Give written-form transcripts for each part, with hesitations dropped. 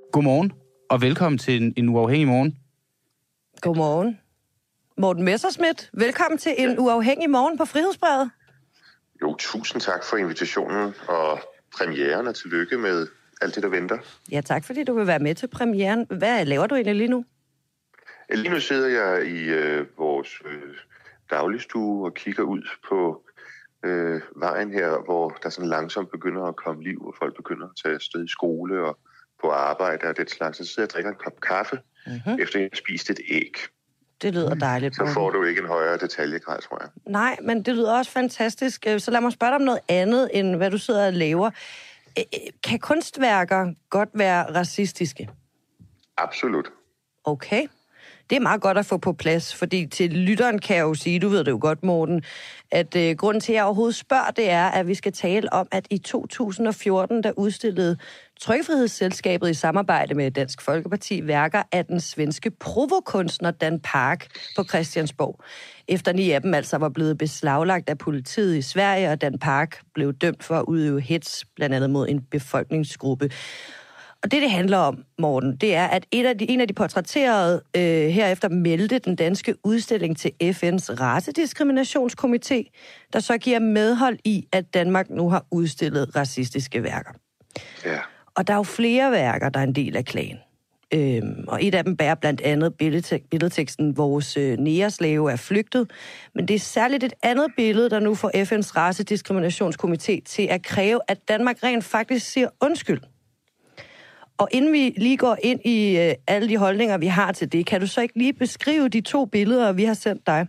Godmorgen, og velkommen til en uafhængig morgen. Godmorgen. Morten Messerschmidt, velkommen til en uafhængig morgen på Frihedsbrevet. Jo, tusind tak for invitationen og premieren, og tillykke med alt det, der venter. Ja, tak fordi du vil være med til premieren. Hvad laver du egentlig lige nu? Lige nu sidder jeg i vores dagligstue og kigger ud på vejen her, hvor der sådan langsomt begynder at komme liv, og folk begynder at tage afsted i skole og på arbejde og det slags. Så sidder jeg og drikker en kop kaffe, efter jeg har spist et æg. Det lyder dejligt. Så får du ikke en højere detaljegrad, tror jeg. Nej, men det lyder også fantastisk. Så lad mig spørge dig om noget andet, end hvad du sidder og laver. Kan kunstværker godt være racistiske? Absolut. Okay. Det er meget godt at få på plads, fordi til lytteren kan jeg jo sige, du ved det jo godt, Morten, at grunden til, at jeg overhovedet spørger, det er, at vi skal tale om, at i 2014, der udstillede Trykkefrihedsselskabet i samarbejde med Dansk Folkeparti værker af den svenske provokunstner Dan Park på Christiansborg. Efter 9 af dem altså var blevet beslaglagt af politiet i Sverige, og Dan Park blev dømt for at udøve hets, blandt andet mod en befolkningsgruppe. Og det handler om, Morten, det er, at en af de portrætterede herefter meldte den danske udstilling til FN's racediskriminationskomité, der så giver medhold i, at Danmark nu har udstillet racistiske værker. Ja. Og der er jo flere værker, der er en del af klagen. Og et af dem bærer blandt andet billedteksten "Vores negerslave er flygtet". Men det er særligt et andet billede, der nu får FN's racediskriminationskomité til at kræve, at Danmark rent faktisk siger undskyld. Og inden vi lige går ind i alle de holdninger, vi har til det, kan du så ikke lige beskrive de 2 billeder, vi har sendt dig?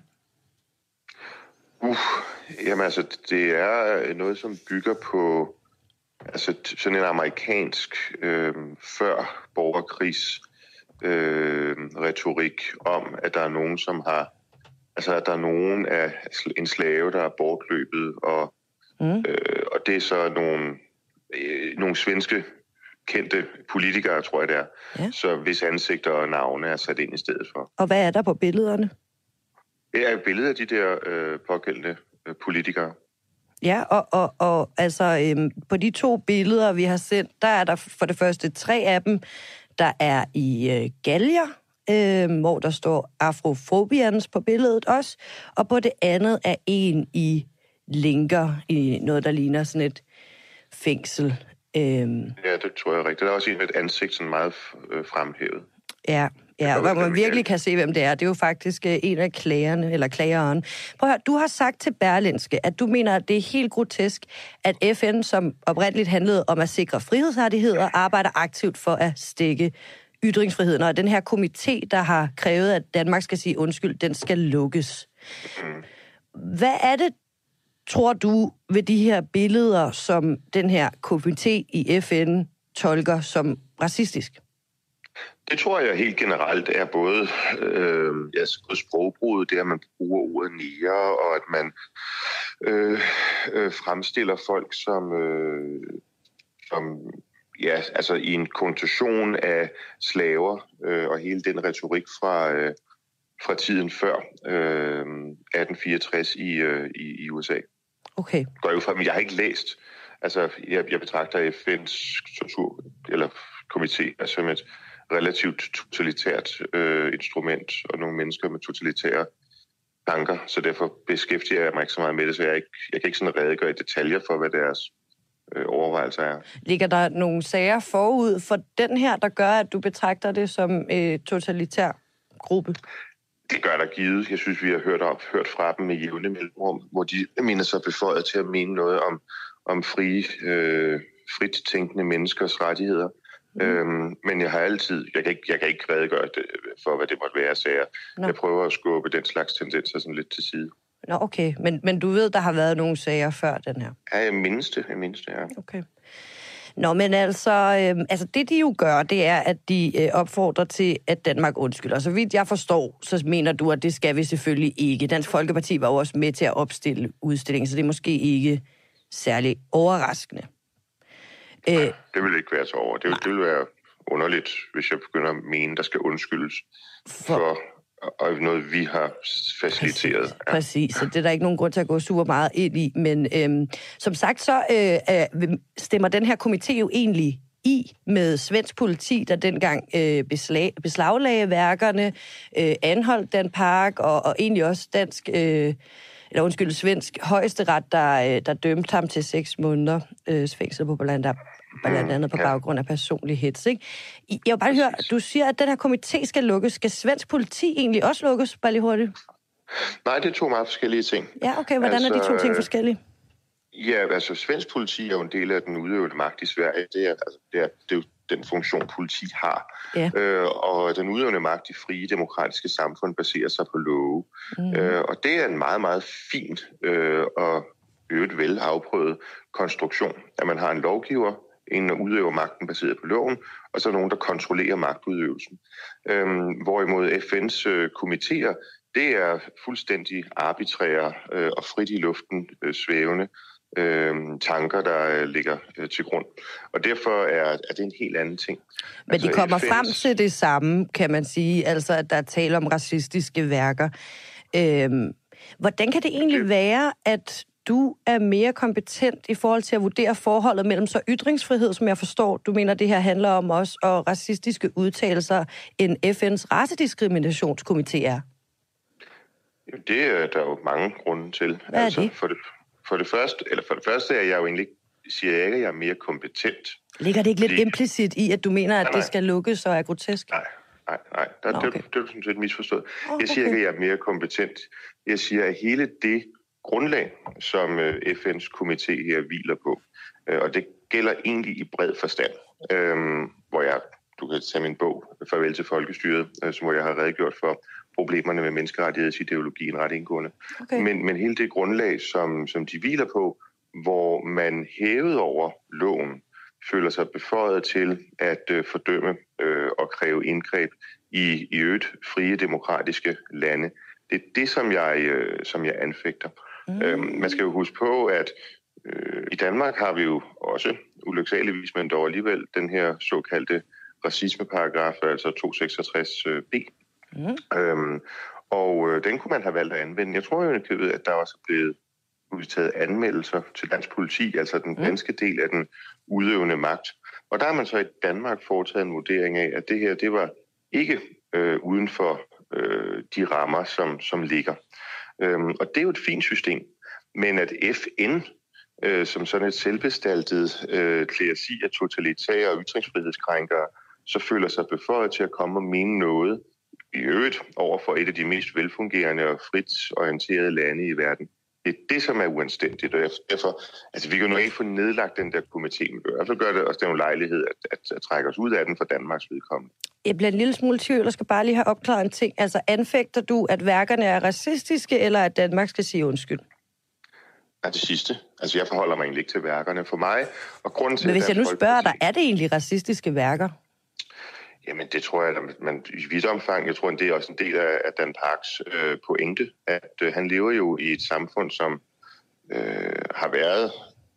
Jamen altså, det er noget, som bygger på sådan en amerikansk før borgerkrigs retorik om, at der er nogen, som har... Altså, at der er nogen af en slave, der er bortløbet, og det er så nogle svenske kendte politikere, tror jeg det er. Ja. Så hvis ansigter og navne er sat ind i stedet for. Og hvad er der på billederne? Det er et billede af de der pågældende politikere. Ja, og altså på de 2 billeder, vi har sendt, der er der for det første 3 af dem, der er i galger, hvor der står afrofobians på billedet også, og på det andet er en i linker i noget, der ligner sådan et fængsel. Ja, det tror jeg rigtigt. Der er også en med et ansigt sådan meget fremhævet. Ja, hvor man virkelig kan se, hvem det er. Det er jo faktisk en af klagerne, eller klageren. Prøv at høre, du har sagt til Berlingske, at du mener, at det er helt grotesk, at FN, som oprindeligt handlede om at sikre frihedsrettigheder, arbejder aktivt for at stikke ytringsfriheden. Og den her komité, der har krævet, at Danmark skal sige undskyld, den skal lukkes. Hvad er det, tror du, ved de her billeder, som den her komité i FN tolker som racistisk? Det tror jeg helt generelt er både sprogbruget, det at man bruger ordet neger, og at man fremstiller folk som i en konnotation af slaver, og hele den retorik fra tiden før 1864 i USA. Okay. Går jo fra, men jeg har ikke læst. Altså, jeg betragter FN's tortur eller komité som et relativt totalitært instrument, og nogle mennesker med totalitære tanker, så derfor beskæftiger jeg mig ikke så meget med det, så jeg kan ikke sådan redegøre i detaljer for, hvad deres overvejelser er. Ligger der nogle sager forud for den her, der gør, at du betragter det som totalitær gruppe? Det gør der givet. Jeg synes, vi har hørt fra dem med jævne mellemrum, hvor de mener sig beføjet til at mene noget om frit tænkende menneskers rettigheder. Men jeg har altid, jeg kan ikke redegøre for, hvad det måtte være, sager. Jeg prøver at skubbe den slags tendenser sådan lidt til side. Nå, okay. Men du ved, der har været nogle sager før den her? Ja, jeg mindes det, ja. Okay. Nå, men altså det de jo gør, det er, at de opfordrer til, at Danmark undskylder. Så vidt jeg forstår, så mener du, at det skal vi selvfølgelig ikke. Dansk Folkeparti var jo også med til at opstille udstillingen, så det er måske ikke særlig overraskende. Det vil ikke være så over. Det vil være underligt, hvis jeg begynder at mene, der skal undskyldes for noget, vi har faciliteret. Præcis, så det er der ikke nogen grund til at gå super meget ind i. Men som sagt, så stemmer den her komité jo egentlig i med svensk politi, der dengang beslaglagde værkerne, anholdt Dan Park, og egentlig også svensk højesteret, der dømte ham til 6 måneder fængsel på blandt andet på baggrund af personlig hets, ikke? Jeg vil bare høre, du siger, at den her komité skal lukkes. Skal svensk politi egentlig også lukkes? Bare lige hurtigt. Nej, det er 2 meget forskellige ting. Ja, okay. Hvordan er de 2 ting forskellige? Ja, altså svensk politi er jo en del af den udøvende magt i Sverige. Det er jo den funktion, politi har. Ja. Og den udøvende magt i frie demokratiske samfund baserer sig på love. Og det er en meget, meget fin og øvrigt vel afprøvet konstruktion, at man har en lovgiver, en der udøver magten baseret på loven, og så nogen, der kontrollerer magtudøvelsen. Hvorimod FN's komitéer, det er fuldstændig arbitrære og frit i luften svævende tanker, der ligger til grund. Og derfor er det en helt anden ting. Men de kommer frem til det samme, kan man sige, altså at der er tale om racistiske værker. Hvordan kan det egentlig være, at du er mere kompetent i forhold til at vurdere forholdet mellem så ytringsfrihed, som jeg forstår, du mener, det her handler om også, og racistiske udtalelser, end FN's racediskriminationskomité er? Det er der jo mange grunde til. Hvad er det? For det første er jeg jo egentlig siger jeg ikke, at jeg er mere kompetent. Ligger det ikke lidt implicit i, at du mener, at det skal lukkes og er grotesk? Nej. Det er du sådan set misforstået. Jeg siger ikke, at jeg er mere kompetent. Jeg siger, at hele det grundlag, som FN's komité her hviler på, og det gælder egentlig i bred forstand, hvor du kan tage min bog, Farvel til Folkestyret, hvor jeg har redegjort for problemerne med menneskerettighedsideologien ret indgående. Okay. Men hele det grundlag, som de hviler på, hvor man hævet over loven, føler sig beføjet til at fordømme og kræve indgreb i øvrigt frie demokratiske lande. Det er det, som jeg anfægter. Man skal jo huske på, at i Danmark har vi jo også ulyksaligvis, men dog alligevel den her såkaldte racismeparagraf, altså 266b. Og den kunne man have valgt at anvende. Jeg tror jo, at der også er blevet udtaget anmeldelser til dansk politi, altså den danske del af den udøvende magt. Og der har man så i Danmark foretaget en vurdering af, at det her, det var ikke uden for de rammer, som ligger. Og det er jo et fint system. Men at FN, som sådan et selvbestaltet kleresi af totalitære og ytringsfrihedskrænkere, så føler sig beføjet til at komme og mene noget i øvrigt over for et af de mest velfungerende og frit orienterede lande i verden. Det er det, som er uanstændigt, og derfor, altså vi kan jo ikke få nedlagt den der komité, men i hvert fald gør det også den lejlighed at trække os ud af den for Danmarks vedkommende. Jeg bliver en lille smule tvivl, og skal bare lige have opklaret en ting. Altså anfægter du, at værkerne er racistiske, eller at Danmark skal sige undskyld? Ja, det sidste. Altså jeg forholder mig egentlig ikke til værkerne for mig, og grunden til... Men hvis jeg nu spørger dig, er det egentlig racistiske værker? Jamen, det tror jeg, at man i vidt omfang, jeg tror, at det er også en del af Dan Parks pointe, at han lever jo i et samfund, som har været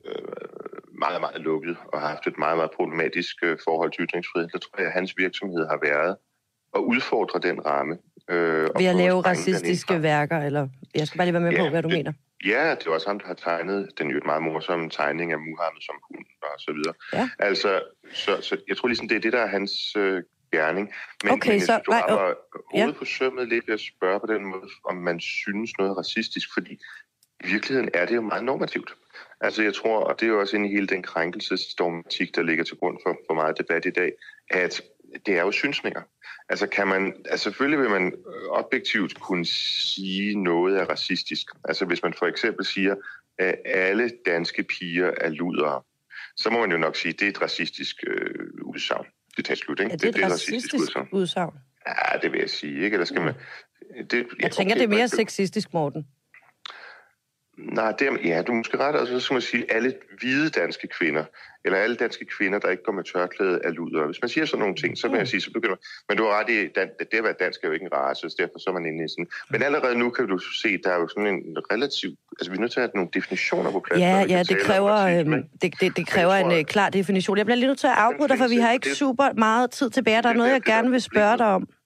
meget, meget lukket og har haft et meget, meget problematisk forhold til ytringsfrihed. Der tror jeg, at hans virksomhed har været at udfordre den ramme. Ved at lave racistiske værker, eller? Jeg skal bare lige være med på, hvad du mener. Ja, det er også ham, der har tegnet den jo et meget morsomme tegning af Muhammed som hund og så videre. Ja. Altså, så jeg tror ligesom, det er det, der er hans gerning. Men, okay, men så... hovedet på sømmet lidt ved at spørge på den måde, om man synes noget er racistisk, fordi i virkeligheden er det jo meget normativt. Altså jeg tror, og det er jo også inde i hele den krænkelsesdogmatik, der ligger til grund for meget debat i dag, at det er jo synsninger. Altså selvfølgelig vil man objektivt kunne sige noget er racistisk. Altså hvis man for eksempel siger, at alle danske piger er ludere, så må man jo nok sige, at det er et racistisk udsagn. Det tager slut, ikke? Er det et racistisk udsagn? Ja, det vil jeg sige, ikke? Eller skal man... Jeg tænker, det er mere sexistisk, Morten. Nej, du er måske ret, altså så skal man sige, alle hvide danske kvinder, eller alle danske kvinder, der ikke går med tørklæde, er ludere. Hvis man siger sådan nogle ting, så vil jeg sige, så begynder man. Men du har ret i, det at være dansk er jo ikke en race, så derfor så er man inde i sådan. Men allerede nu kan du se, der er jo sådan en relativ, altså vi er nødt til at have nogle definitioner på plads. Ja, det kræver en klar definition. Jeg bliver lige nødt til at afbryde dig, for vi har ikke super meget tid tilbage. Der er noget, jeg gerne vil spørge dig om.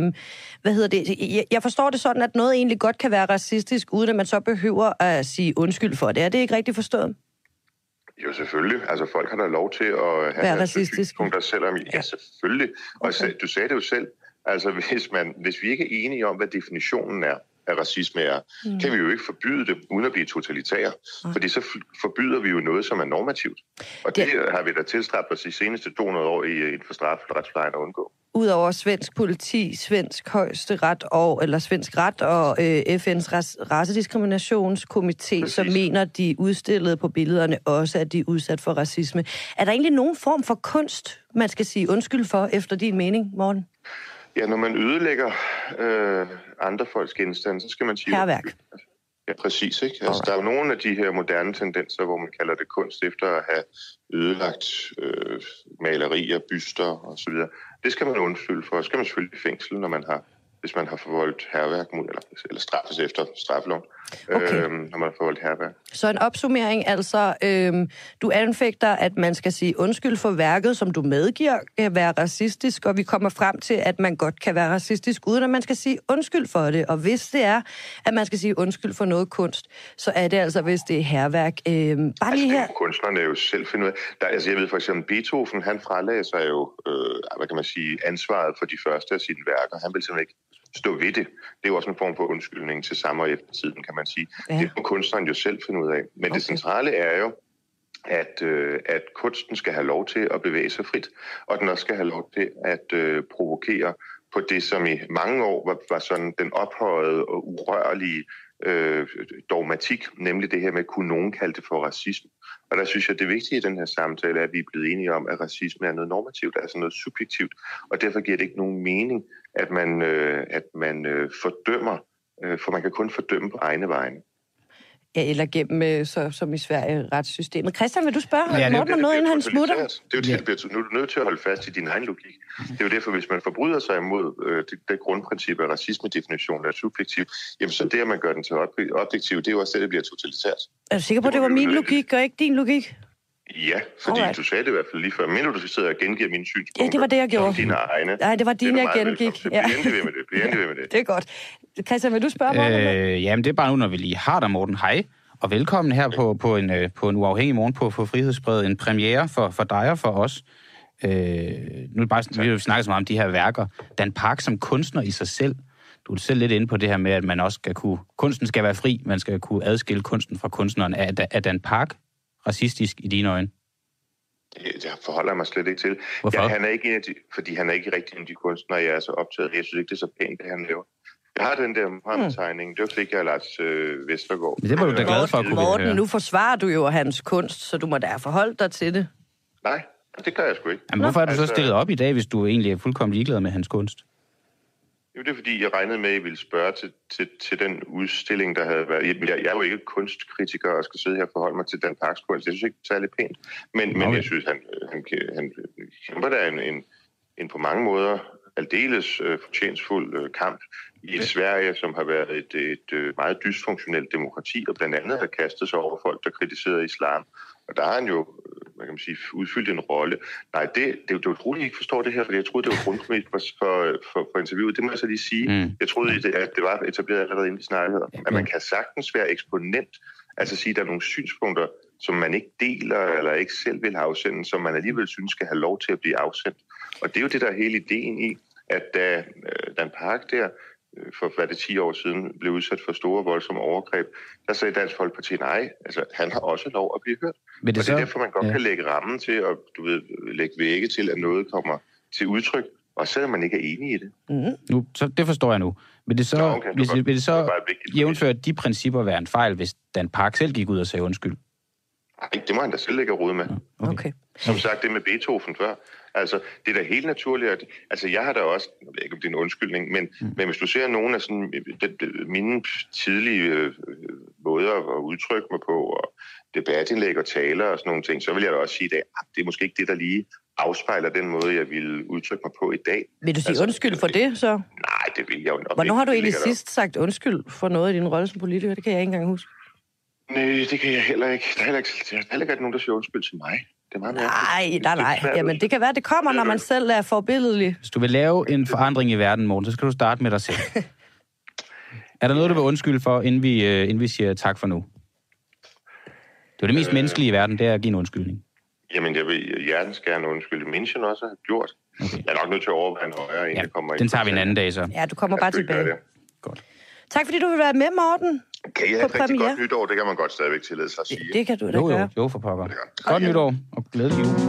Jeg forstår det sådan, at noget egentlig godt kan være racistisk, uden at man så behøver at sige undskyld for det. Er det ikke rigtigt forstået? Jo, selvfølgelig. Altså, folk har da lov til at have deres synspunkter, selvom... Ja, selvfølgelig. Og du sagde det jo selv. Altså, hvis vi ikke er enige om, hvad definitionen er af racisme er, kan vi jo ikke forbyde det, uden at blive totalitære. Fordi så forbyder vi jo noget, som er normativt. Og det har vi da tilstræbt os de seneste 200 år i for strafferetsplejen at undgå. Udover svensk politi, svensk højesteret eller svensk ret og FN's racediskriminationskomité, så mener de udstillede på billederne også, at de er udsat for racisme. Er der egentlig nogen form for kunst, man skal sige undskyld for, efter din mening, Morten? Ja, når man ødelægger andre folks genstande, så skal man sige... Hærværk. Ja, præcis. Ikke? Altså, der er jo nogle af de her moderne tendenser, hvor man kalder det kunst efter at have ødelagt malerier, byster osv. Det skal man undskylde for. Så skal man selvfølgelig i fængsel, hvis man har forvoldt hærværk mod, eller straffes efter straffeloven, når man har forvoldt hærværk. Så en opsummering, altså, du anfægter, at man skal sige undskyld for værket, som du medgiver, kan være racistisk, og vi kommer frem til, at man godt kan være racistisk, uden at man skal sige undskyld for det. Og hvis det er, at man skal sige undskyld for noget kunst, så er det altså, hvis det er hærværk. Bare lige her... Kunstnerne jo selv finde ud af. Jeg ved for eksempel, Beethoven, han fralagde sig jo, hvad kan man sige, ansvaret for de første af sine værker. Han vil simpelthen ikke stå ved det. Det er jo også en form for undskyldning til samme og eftertiden, kan man sige. Ja. Det må kunstneren jo selv finde ud af. Men det centrale er jo, at kunsten skal have lov til at bevæge sig frit, og den også skal have lov til at provokere på det, som i mange år var sådan den ophøjede og urørlige dogmatik, nemlig det her med, kunne nogen kalde det for racisme. Og der synes jeg, det vigtige i den her samtale er, at vi er blevet enige om, at racisme er noget normativt, altså noget subjektivt, og derfor giver det ikke nogen mening, at man fordømmer, for man kan kun fordømme på egne vegne. Ja, eller gennem, som i Sverige, retssystemet. Christian, vil du spørge Morten om noget, inden han smutter? Det er jo nu er du nødt til at holde fast i din egen logik. Det er jo derfor, hvis man forbryder sig imod det grundprincip af racismedefinitionen er subjektiv, jamen så det, at man gør den til objektiv, det er jo også det, der bliver totalitært. Er du sikker på, at det var min logik, og ikke din logik? Ja, fordi du sagde det i hvert fald lige før. Men du sidder og gengiver mine synspunkter. Ja, det var det, jeg gjorde. Dine egne. Nej, det var dine, jeg gengik. Ja. Bliv endelig ved med det. Det er godt. Christian, vil du spørge Morten? Jamen, det er bare nu, når vi lige har dig, Morten. Hej, og velkommen her på en uafhængig morgen på Frihedsbrevet. En premiere for dig og for os. Nu er det bare, vi snakker så meget om de her værker. Dan Park som kunstner i sig selv. Du er selv lidt inde på det her med, at man også skal kunne... Kunsten skal være fri. Man skal kunne adskille kunsten fra kunstneren. Er Dan Park racistisk i dine øjne? Det forholder jeg mig slet ikke til. Hvorfor? Han er ikke fordi han er ikke rigtig en af de kunstnere, jeg er så optaget. Jeg synes ikke, det er så pænt, det han laver. Jeg har den der Muhammed-tegning. Det fik jeg af Lars Vestergaard. Men det var du da glad for at kunne Morten, nu forsvarer du jo hans kunst, så du må da forholde dig til det. Nej, det gør jeg sgu ikke. Jamen, hvorfor er du så stillet op i dag, hvis du egentlig er fuldkommen ligeglad med hans kunst? Jo, det er fordi, jeg regnede med, at I ville spørge til den udstilling, der havde været. Jeg er jo ikke kunstkritiker og skal sidde her og forholde mig til Dan Parks kunst. Jeg synes ikke, det er særlig pænt. Men jeg synes, han kæmper der en på mange måder aldeles fortjensfuld kamp i et Sverige, som har været et meget dysfunktionelt demokrati, og blandt andet har kastet sig over folk, der kritiserede islam. Og der har han jo, man kan sige, udfyldt en rolle. Nej, det er utroligt, jeg ikke forstår det her, fordi jeg troede, det var grundpræmis for interviewet. Det må jeg så lige sige. Jeg troede, at det var etableret allerede inden vi snakkede om. At man kan sagtens være eksponent, altså sige, at der er nogle synspunkter, som man ikke deler, eller ikke selv vil afsende, som man alligevel synes skal have lov til at blive afsendt. Og det er jo det, der er hele ideen i, at da Dan Park der, for 10 år siden, blev udsat for store voldsomme overgreb, der sagde Dansk Folkeparti, nej, altså han har også lov at blive hørt. Og det er derfor, man godt kan lægge rammen til, og lægge vægge til, at noget kommer til udtryk, og selvom man ikke er enig i det. Nu, så det forstår jeg nu. Vil det så, vil det så jævnført de principper være en fejl, hvis Dan Park selv gik ud og sagde undskyld? Nej, det må han da selv lægge råd med. Okay. Som sagt, det med Beethoven før. Altså, det er da helt naturligt, at... Altså, jeg har da også... Jeg ved ikke, om det er en undskyldning, men hvis du ser nogle af sådan, mine tidlige måder at udtrykke mig på, og debatindlæg og taler og sådan nogle ting, så vil jeg da også sige, at det er måske ikke det, der lige afspejler den måde, jeg ville udtrykke mig på i dag. Vil du sige undskyld for det, så? Nej, det vil jeg jo nok. Hvornår har du egentlig sidst sagt undskyld for noget i din rolle som politiker? Det kan jeg ikke engang huske. Nej, det kan jeg heller ikke. Der er heller ikke nogen, der siger undskyld til mig. Det er Nej. Jamen, det kan være, det kommer, når man selv er forbilledelig. Hvis du vil lave en forandring i verden, Morten, så skal du starte med dig selv. Er der noget, du vil undskylde for, inden vi siger tak for nu? Det er det mest menneskelige i verden, det er at give en undskyldning. Jamen, jeg vil hjertens gerne undskylde. Menschen også har gjort. Okay. Jeg er nok nødt til at overveje en højere, inden det kommer ind. Den tager vi en anden dag, så. Ja, du kommer bare tilbage. Godt. Tak, fordi du vil være med, Morten. Kan jeg have et rigtig godt nytår? Det kan man godt stadigvæk tillade sig at sige. Det kan du da gøre. Jo, for pokker. Godt nytår, og glædelig jul.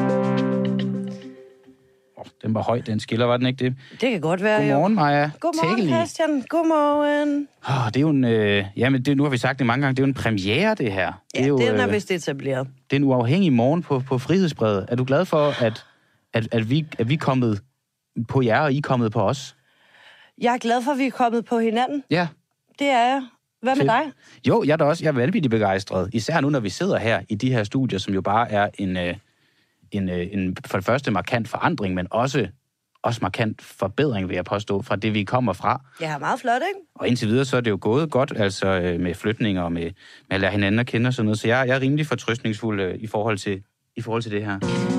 Den var høj, den skiller, var den ikke det? Det kan godt være, Godmorgen, Maja. Godmorgen, Christian. Godmorgen. Det er jo en... nu har vi sagt det mange gange, det er jo en premiere, det her. Ja, det er vist etableret. Det er en uafhængig morgen på Frihedsbrevet. Er du glad for, at vi er kommet på jer, og I er kommet på os? Jeg er glad for, at vi er kommet på hinanden. Ja. Det er jeg. Hvad med dig? Jo, jeg er da også. Jeg er vanvittigt begejstret. Især nu, når vi sidder her i de her studier, som jo bare er en for det første markant forandring, men også markant forbedring, vil jeg påstå, fra det, vi kommer fra. Ja, meget flot, ikke? Og indtil videre, så er det jo gået godt, altså med flytninger og med at lære hinanden at kende og sådan noget. Så jeg er rimelig fortrøstningsfuld i forhold til det her.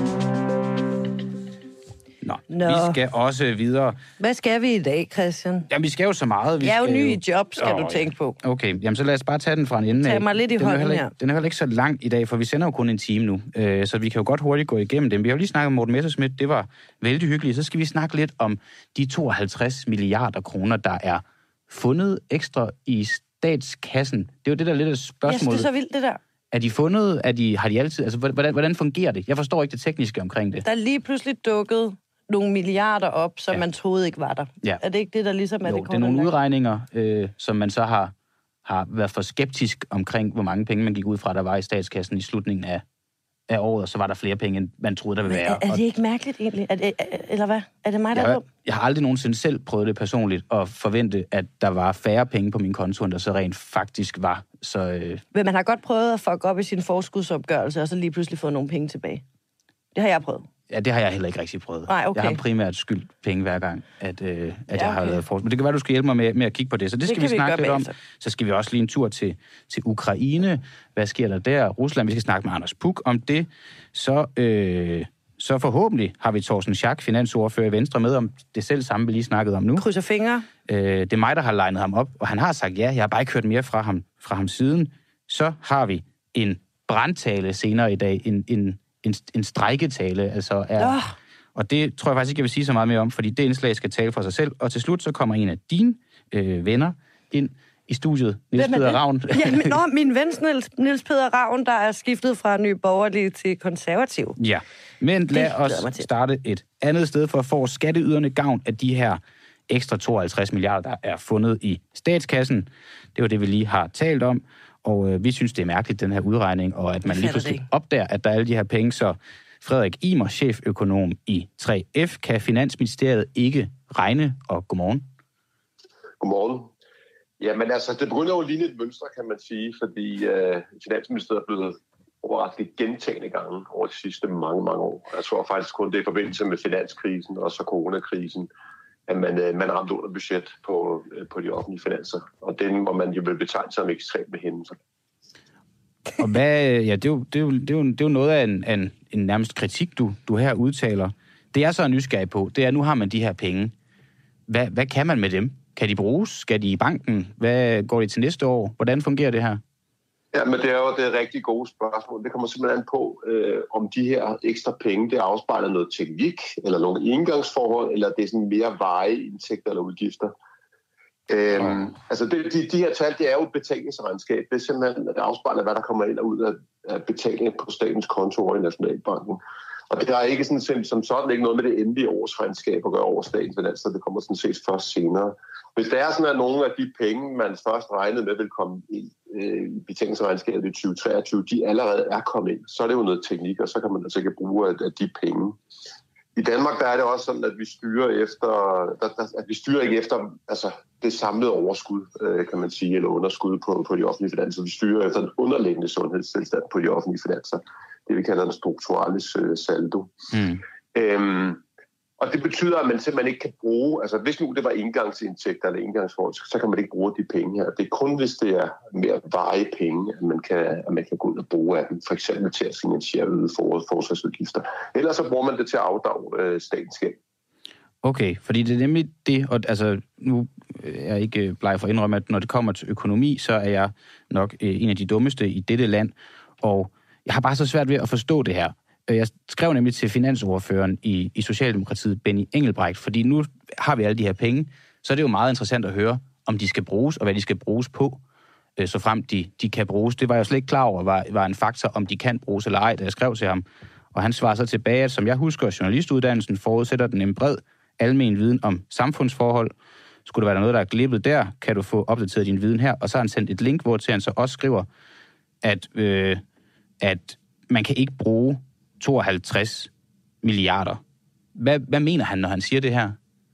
Nå, vi skal også videre. Hvad skal vi i dag, Christian? Jamen, vi skal jo så meget. Jeg er jo ny i job, skal du tænke på. Okay, jamen så lad os bare tage den fra en ende. Tag mig lidt i hånden her. Den er heller ikke så lang i dag, for vi sender jo kun en time nu. Så vi kan jo godt hurtigt gå igennem dem. Vi har jo lige snakket om Morten Messerschmidt. Det var vældig hyggeligt. Så skal vi snakke lidt om de 52 milliarder kroner, der er fundet ekstra i statskassen. Det er jo det, der lidt af spørgsmålet. Ja, det er så vildt, det der. Er de fundet? Har de altid... Altså, hvordan fungerer det? Jeg forstår ikke det tekniske omkring det. Der er lige pludselig dukket nogle milliarder op, som man troede ikke var der. Ja. Er det ikke det, der ligesom er det? Det er nogle udregninger, som man så har været for skeptisk omkring, hvor mange penge man gik ud fra, der var i statskassen i slutningen af året, og så var der flere penge, end man troede, der ville være. Er det ikke mærkeligt egentlig? Eller hvad? Er det mig, der er dum? Jeg har aldrig nogensinde selv prøvet det personligt, og forvente, at der var færre penge på min konto, end der så rent faktisk var. Men man har godt prøvet at fuck op i sin forskudsopgørelse, og så lige pludselig få nogle penge tilbage. Det har jeg prøvet. Ja, det har jeg heller ikke rigtig prøvet. Nej, okay. Jeg har primært skyldt penge hver gang, at jeg har lavet forskel. Men det kan være, du skal hjælpe mig med at kigge på det. Så det skal vi snakke lidt om. Så skal vi også lige en tur til Ukraine. Hvad sker der? Rusland. Vi skal snakke med Anders Puk om det. Så forhåbentlig har vi Torsten Schack, finansordfører i Venstre, med om det selv samme, vi lige snakkede om nu. Krydser fingre. Det er mig, der har legnet ham op, og han har sagt ja. Jeg har bare ikke hørt mere fra ham siden. Så har vi en brandtale senere i dag. En strejketale, altså er... Og det tror jeg faktisk ikke, jeg vil sige så meget mere om, fordi det indslag skal tale for sig selv. Og til slut, så kommer en af dine venner ind i studiet, Niels Peder Ravn. Ja, min ven Niels Peder Ravn, der er skiftet fra Nye Borgerlige til Konservativ. Ja, men lad os starte et andet sted, for at få skatteyderne gavn af de her ekstra 52 milliarder, der er fundet i statskassen. Det var det, vi lige har talt om. Og vi synes, det er mærkeligt, den her udregning, og at man lige pludselig opdager, at der er alle de her penge. Så Frederik Imer, cheføkonom i 3F, kan Finansministeriet ikke regne, og godmorgen. Godmorgen. Jamen altså, det begynder jo at ligne et mønster, kan man sige, fordi Finansministeriet er blevet overrasket gentagne gange over de sidste mange år. Jeg tror faktisk kun, det er i forbindelse med finanskrisen og så coronakrisen, at man ramte under budget på de offentlige finanser. Og den må man jo vil betegne som ekstremt med hændelser. Og det er jo noget af en nærmest kritik, du her udtaler. Det jeg så er nysgerrig på, det er, at nu har man de her penge. Hvad kan man med dem? Kan de bruges? Skal de i banken? Hvad går det til næste år? Hvordan fungerer det her? Ja, men det er jo det rigtig gode spørgsmål. Det kommer simpelthen an på, om de her ekstra penge, det afspejler noget teknik, eller nogle indgangsforhold, eller det er sådan mere varige indtægter eller udgifter. Altså de her tal, det er jo et betalingsregnskab. Det er simpelthen, det afspejler, hvad der kommer ind og ud af betalingen på statens kontorer i Nationalbanken. Og det er ikke sådan, som sådan ikke noget med det endelige årsregnskab at gøre over statens finanser. Det kommer sådan set først senere. Hvis der er sådan, at nogle af de penge, man først regnede med, vil komme i betalingsregnskabet i 2023, de allerede er kommet ind, så er det jo noget teknik, og så kan man altså ikke bruge af de penge. I Danmark der er det også sådan, at vi styrer ikke efter altså, det samlede overskud, kan man sige, eller underskud på de offentlige finanser. Vi styrer efter den underliggende sundhedstilstand på de offentlige finanser. Det vi kalder den strukturelle saldo. Og det betyder, at man simpelthen ikke kan bruge, altså hvis nu det var indgangsindtægter eller indgangsforhold, så kan man ikke bruge de penge her. Det er kun, hvis det er mere varige penge, at man kan gå ud og bruge af dem, for eksempel til at finansiere øget forsvarsudgifter. Ellers så bruger man det til at afdrage statens gæld. Okay, fordi det er nemlig det, og altså nu er jeg ikke bleg for at indrømme, at når det kommer til økonomi, så er jeg nok en af de dummeste i dette land. Og jeg har bare så svært ved at forstå det her. Jeg skrev nemlig til finansordføreren i Socialdemokratiet, Benny Engelbrecht, fordi nu har vi alle de her penge, så er det jo meget interessant at høre, om de skal bruges, og hvad de skal bruges på, så frem de kan bruges. Det var jeg slet ikke klar over, var en faktor, om de kan bruges eller ej, da jeg skrev til ham. Og han svarer så tilbage, at som jeg husker, journalistuddannelsen forudsætter den en bred almen viden om samfundsforhold. Skulle der være noget, der er glippet der, kan du få opdateret din viden her. Og så har han sendt et link, hvor til han så også skriver, at man kan ikke bruge 52 milliarder. Hvad mener han, når han siger det her?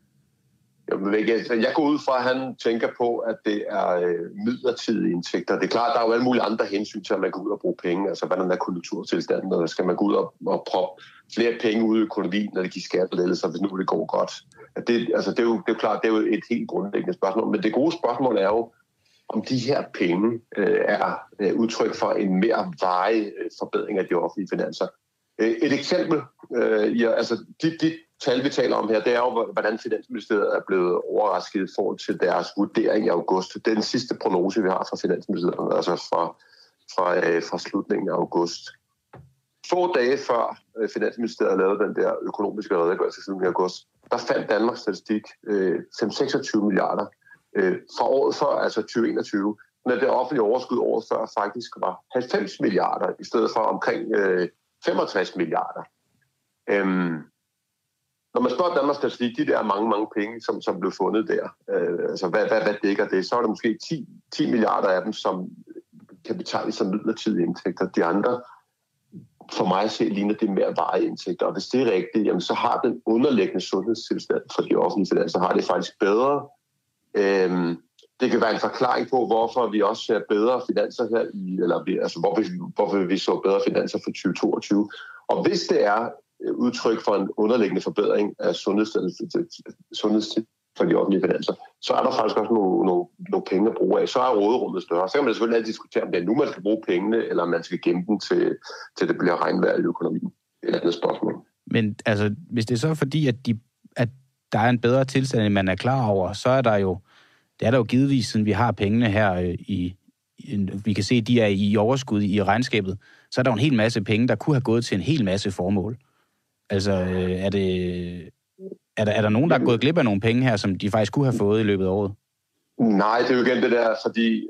Jeg går ud fra, at han tænker på, at det er midlertidige indtægter. Det er klart, at der er jo alle mulige andre hensyn til, at man går ud og bruger penge. Altså, hvordan er konjunkturtilstanden, og skal man gå ud og proppe flere penge ud i økonomien, når det giver skattelettelser, hvis nu det går godt. Det er jo klart, det er jo et helt grundlæggende spørgsmål. Men det gode spørgsmål er jo, om de her penge er udtryk for en mere varig forbedring af de offentlige finanser. Et eksempel, de tal, vi taler om her, det er jo, hvordan Finansministeriet er blevet overrasket i forhold til deres vurdering i august. Det er den sidste prognose, vi har fra Finansministeriet, altså fra slutningen af august. Få dage før Finansministeriet lavede den der økonomiske redegørelse i slutningen af august, der fandt Danmarks Statistik 5-26 milliarder fra året før, altså 2021, når det offentlige overskud året før faktisk var 90 milliarder, i stedet for omkring 65 milliarder. Når man spørger Danmarks Statistik, de der mange penge, som blev fundet der, altså hvad dækker det, så er det måske 10 milliarder af dem, som kan betegnes som midlertidige indtægter. De andre, for mig at se, ligner det mere varige indtægter. Og hvis det er rigtigt, jamen, så har den underliggende sundhedstilstand for de offentlige finanser, har det faktisk bedre. Det kan være en forklaring på, hvorfor vi også ser bedre finanser her, hvorfor vi så bedre finanser for 2022. Og hvis det er udtryk for en underliggende forbedring af sundhedstilstand for de offentlige finanser, så er der faktisk også nogle penge at bruge af. Så er råderummet større. Så kan man selvfølgelig altid diskutere, om det er nu, man skal bruge pengene, eller om man skal gemme dem til det bliver regnvejr i økonomien. Det er et andet spørgsmål. Men altså, hvis det er så fordi, at der er en bedre tilstand, end man er klar over, så er der jo, det er der jo givetvis, siden vi har pengene her vi kan se, at de er i overskud i regnskabet, så er der jo en hel masse penge, der kunne have gået til en hel masse formål. Altså, er der nogen, der er gået glip af nogle penge her, som de faktisk kunne have fået i løbet af året? Nej, det er jo igen det der, fordi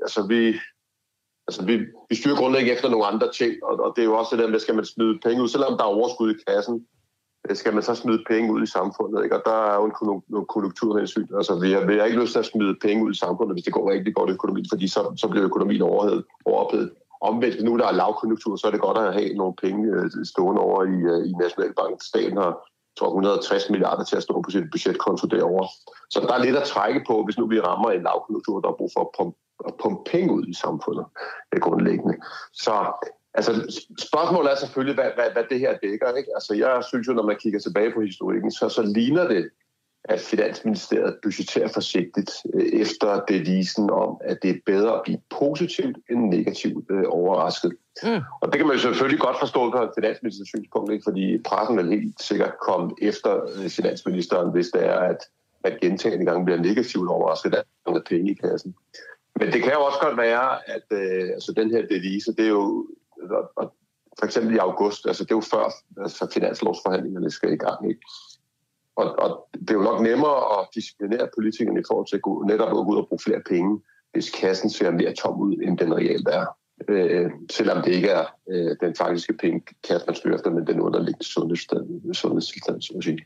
vi styrer grundlæggende efter nogle andre ting, og det er jo også det der med, skal man smide penge ud, selvom der er overskud i kassen, skal man så smide penge ud i samfundet, ikke? Og der er jo en konjunkturhensyn. Altså, vi har ikke lyst til at smide penge ud i samfundet, hvis det går rigtig godt i økonomien, fordi så bliver økonomien overophedet. Omvendt, nu der er lavkonjunktur, så er det godt at have nogle penge stående over i Nationalbanken. Staten har 160 milliarder til at stå på sit budgetkonto derovre. Så der er lidt at trække på, hvis nu vi rammer en lavkonjunktur, der er brug for at pumpe penge ud i samfundet grundlæggende. Så altså, spørgsmålet er selvfølgelig, hvad det her dækker, ikke? Altså, jeg synes jo, når man kigger tilbage på historikken, så ligner det, at Finansministeriet budgetterer forsigtigt efter devisen om, at det er bedre at blive positivt end negativt overrasket. Og det kan man jo selvfølgelig godt forstå på Finansministeriets synspunkt, ikke? Fordi pressen vil helt sikkert komme efter finansministeren, hvis det er, at gentagende gange bliver negativt overrasket af penge i kassen. Men det kan jo også godt være, at altså den her devise, det er jo for eksempel i august, altså det er jo før finanslovsforhandlingerne skal i gang, ikke? Og det er jo nok nemmere at disciplinere politikerne i forhold til netop at gå ud og bruge flere penge, hvis kassen ser mere tom ud, end den reelt er. Selvom det ikke er den faktiske pengekasse, man styrer efter, men den underliggende sundhedstilstand, så at sige.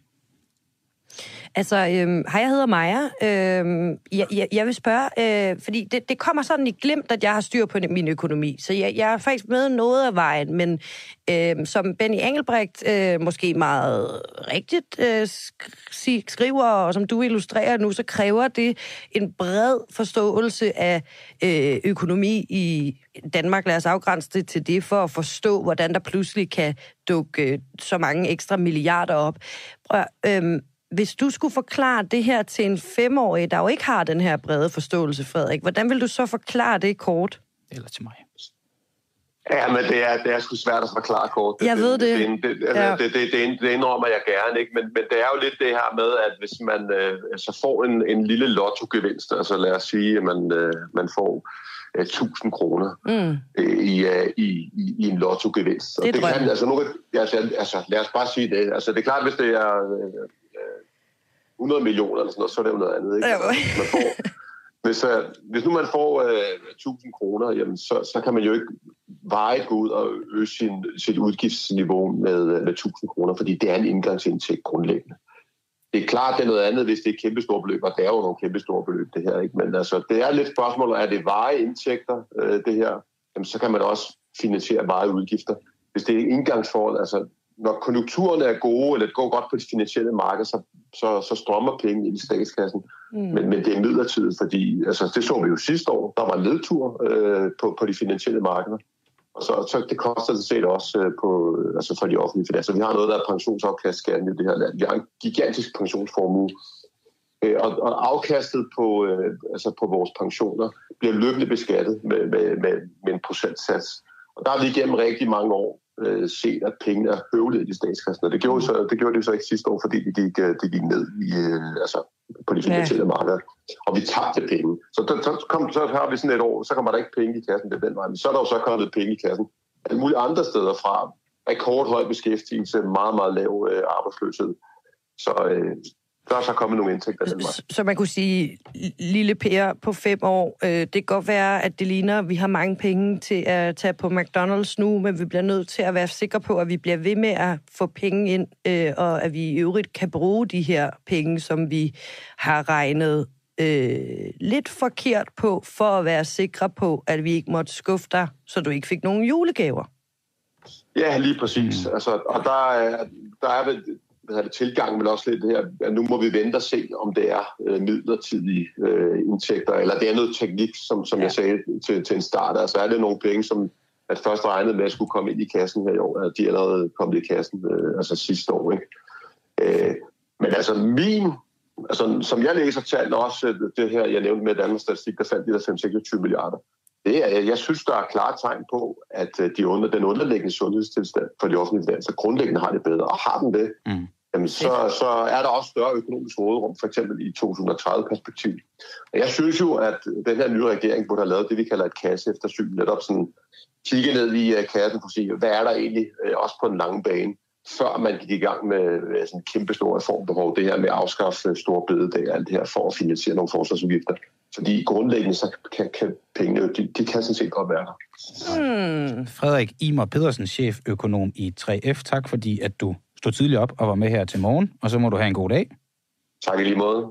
Altså, hej, jeg hedder Maja. Jeg vil spørge, fordi det kommer sådan i glimt, at jeg har styr på min økonomi. Så jeg er faktisk med noget af vejen, men som Benny Engelbrecht måske meget rigtigt skriver, og som du illustrerer nu, så kræver det en bred forståelse af økonomi i Danmark. Lad os afgrænse det til det, for at forstå, hvordan der pludselig kan dukke så mange ekstra milliarder op. Hvis du skulle forklare det her til en 5-årig, der jo ikke har den her brede forståelse, Frederik, hvordan vil du så forklare det kort? Eller til mig? Ja, men det er sgu svært at forklare kort. Jeg ved det. Det indrømmer jeg gerne, ikke? Men det er jo lidt det her med, at hvis man så får en lille lottogevinst, altså lad os sige, at man får 1.000 kroner i en lotto-gevinst. Det kan, lad os bare sige det. Altså, det er klart, hvis det er 100 millioner eller sådan noget, så er det jo noget andet. Ikke? Hvis nu man får 1.000 kroner, jamen, så kan man jo ikke varigt gå ud og øge sit udgiftsniveau med 1.000 kroner, fordi det er en indgangsindtægt grundlæggende. Det er klart, det er noget andet, hvis det er kæmpe store beløb, og det er jo nogle kæmpe store beløb, det her. Ikke? Men altså, det er lidt spørgsmål, er det varige indtægter, det her? Jamen, så kan man også finansiere varige udgifter. Hvis det er indgangsforhold, altså når konjunkturerne er gode, eller det går godt på det finansielle marked, så strømmer penge ind i statskassen. Men det er midlertidigt, fordi altså, det så vi jo sidste år. Der var en nedtur på de finansielle markeder. Og så det koster det set også for de offentlige finanser. Vi har noget, der er pensionsafkastskatten i det her land. Vi har en gigantisk pensionsformue. Og afkastet på vores pensioner bliver løbende beskattet med en procentsats. Og der har vi igennem rigtig mange år set, at pengene er høvlet i statskassen. Og det gjorde det så ikke sidste år, fordi det gik ned på de finansielle markeder. Og vi tabte penge. Så har vi sådan et år, så kommer der ikke penge i kassen den vej. Men så er der jo så kommet penge i kassen alle mulige andre steder fra. Rekordhøj beskæftigelse, meget, meget lav arbejdsløshed. Så der er så kommet nogle indtægter den vej. Så man kunne sige, lille Per på 5 år, det kan godt være, at det ligner, at vi har mange penge til at tage på McDonald's nu, men vi bliver nødt til at være sikre på, at vi bliver ved med at få penge ind, og at vi i øvrigt kan bruge de her penge, som vi har regnet lidt forkert på, for at være sikre på, at vi ikke måtte skuffe dig, så du ikke fik nogen julegaver. Ja, lige præcis. Altså, og der er vel tilgang, men også lidt det her, at nu må vi vente og se, om det er midlertidige indtægter, eller det er noget teknik, som jeg sagde til en start. Altså er det nogle penge, som at først regnede med at skulle komme ind i kassen her i år, at de er allerede kommet i kassen sidste år. Ikke? Men altså som jeg læser tallene også, det her, jeg nævnte med Danmarks Statistik, der faldt de der 5-26 milliarder. Jeg synes, der er klare tegn på, at den underliggende sundhedstilstand for de offentlige finanser grundlæggende har det bedre. Og har den det, jamen, så er der også større økonomisk råderum, for eksempel i 2030-perspektiv. Og jeg synes jo, at den her nye regering burde have lavet det, vi kalder et kasseeftersyn. Netop sådan kigge ned i kassen for at sige, hvad er der egentlig også på en lang bane, før man gik i gang med sådan en kæmpe stor reformbehov, det her med at afskaffe store bededag og alt det her for at finansiere nogle forsvarsudgifter. Fordi grundlæggende, så kan pengene, de kan sådan set godt være der. Frederik Imer Pedersen, cheføkonom i 3F. Tak fordi, at du stod tidligt op og var med her til morgen. Og så må du have en god dag. Tak i lige måde.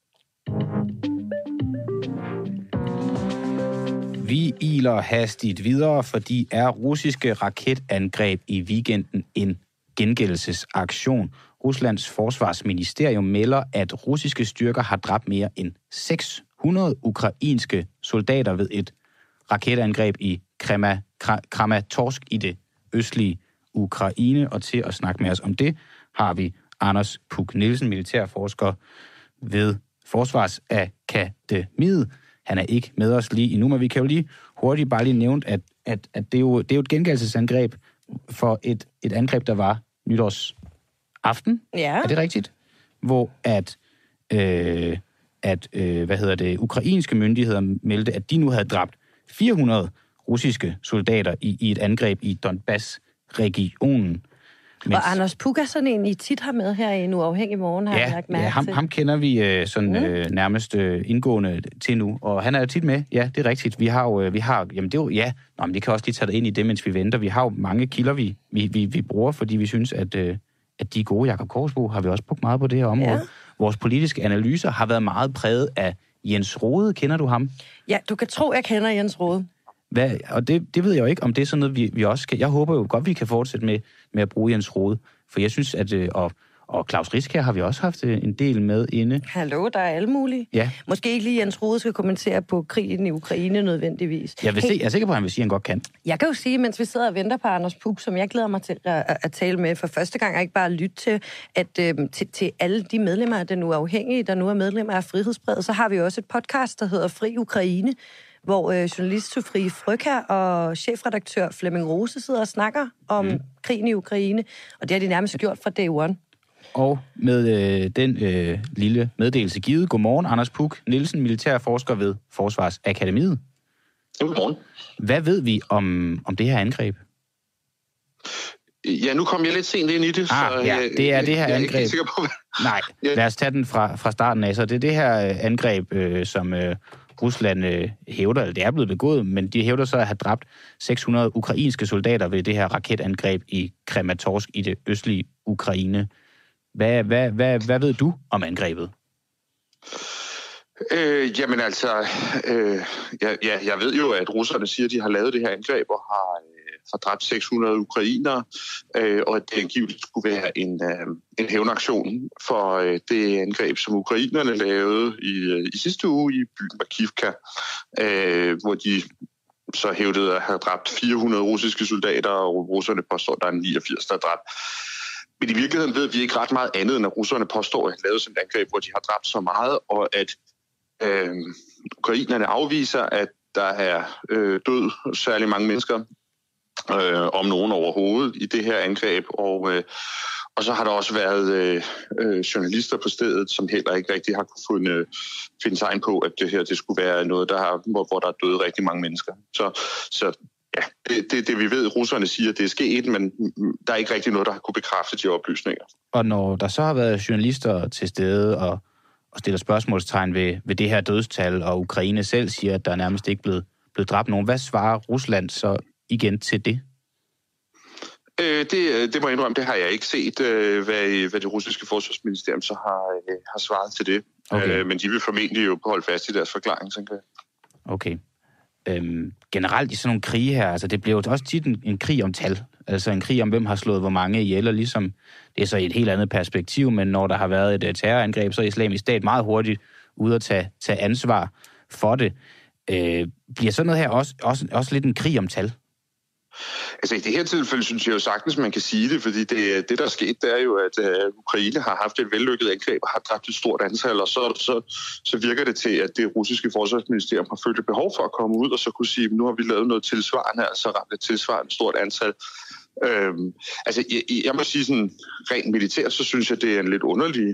Vi iler hastigt videre, fordi er russiske raketangreb i weekenden en gengældelsesaktion. Ruslands forsvarsministerium melder, at russiske styrker har dræbt mere end 600 ukrainske soldater ved et raketangreb i Kramatorsk i det østlige Ukraine. Og til at snakke med os om det, har vi Anders Puk Nielsen, militærforsker ved Forsvarsakademiet. Han er ikke med os lige endnu, men vi kan jo lige hurtigt bare lige nævne, at det er jo et gengældelsesangreb for et angreb, der var nytårsaften. Ja. Er det rigtigt? Hvor ukrainske myndigheder meldte, at de nu havde dræbt 400 russiske soldater i et angreb i Donbass-regionen. Og Anders Puk er sådan en, I tit har med her i en uafhængig morgen, har jeg lagt mærke til. Ham kender vi nærmest indgående til nu, og han er jo tit med. Ja, det er rigtigt. Men vi kan også lige tage det ind i det, mens vi venter. Vi har jo mange kilder, vi bruger, fordi vi synes, at de er gode. Jakob Korsbo har vi også brugt meget på det her område. Ja. Vores politiske analyser har været meget præget af Jens Rohde. Kender du ham? Ja, du kan tro, jeg kender Jens Rohde. Og det ved jeg jo ikke, om det er sådan noget, vi også kan. Jeg håber jo godt, vi kan fortsætte med at bruge Jens Rohde. For jeg synes, at... Og Claus Riskær har vi også haft en del med inde. Hallo, der er alle mulige. Ja. Måske ikke lige Jens Rohde skal kommentere på krigen i Ukraine nødvendigvis. Jeg er sikker på, at han vil sige, at han godt kan. Jeg kan jo sige, mens vi sidder og venter på Anders Puk, som jeg glæder mig til at tale med for første gang, og ikke bare lytte til, at til alle de medlemmer af Den Uafhængige, der nu er medlemmer af Frihedsbrevet, så har vi også et podcast, der hedder Fri Ukraine, hvor journalist Sofie Frøkær og chefredaktør Flemming Rose sidder og snakker om krigen i Ukraine, og det har de nærmest gjort fra day one. Og med den lille meddelelse givet. Godmorgen, Anders Puk Nielsen, militærforsker ved Forsvarsakademiet. Godmorgen. Hvad ved vi om det her angreb? Ja, nu kom jeg lidt sent ind i det. Det er det her angreb. Jeg er ikke sikker på, Nej, lad os tage den fra starten af. Så det er det her angreb, som Rusland hævder, eller det er blevet begået, men de hævder så at have dræbt 600 ukrainske soldater ved det her raketangreb i Kramatorsk i det østlige Ukraine. Hvad ved du om angrebet? Jamen altså, jeg ved jo, at russerne siger, at de har lavet det her angreb og har dræbt 600 ukrainere, og at det angiveligt skulle være en hævnaktion for det angreb, som ukrainerne lavede i sidste uge i byen Makivka, hvor de så hævdede at have dræbt 400 russiske soldater, og russerne påstår, at der er 89, der er dræbt. Men i virkeligheden ved vi ikke ret meget andet, end at russerne påstår, at de har lavet sådan et angreb, hvor de har dræbt så meget, og at ukrainerne afviser, at der er død særlig mange mennesker, om nogen overhovedet i det her angreb, og så har der også været journalister på stedet, som heller ikke rigtig har kunnet finde tegn på, at det her det skulle være noget, hvor der er døde rigtig mange mennesker. Så ja, det vi ved, russerne siger, at det er sket, men der er ikke rigtig noget, der har kunne bekræfte de oplysninger. Og når der så har været journalister til stede og stiller spørgsmålstegn ved det her dødstal, og Ukraine selv siger, at der er nærmest ikke blevet dræbt nogen, hvad svarer Rusland så igen til det? Det må jeg indrømme, det har jeg ikke set, hvad det russiske forsvarsministerium så har svaret til det. Okay. Men de vil formentlig jo holde fast i deres forklaring, tænker jeg. Okay. Generelt i sådan nogle krige her, altså det bliver jo også tit en krig om tal. Altså en krig om, hvem har slået hvor mange ihjel, og ligesom, det er så i et helt andet perspektiv, men når der har været et terrorangreb, så er Islamisk Stat meget hurtigt ude at tage ansvar for det. Bliver sådan noget her også lidt en krig om tal? Altså i det her tilfælde synes jeg jo sagtens, man kan sige det, fordi det der er sket, det er jo, at Ukraine har haft et vellykket angreb og har dræbt et stort antal, og så virker det til, at det russiske forsvarsministerium har følt et behov for at komme ud og så kunne sige, nu har vi lavet noget tilsvarende, altså ramt et tilsvarende stort antal. Altså jeg må sige sådan rent militært, så synes jeg, det er en lidt underlig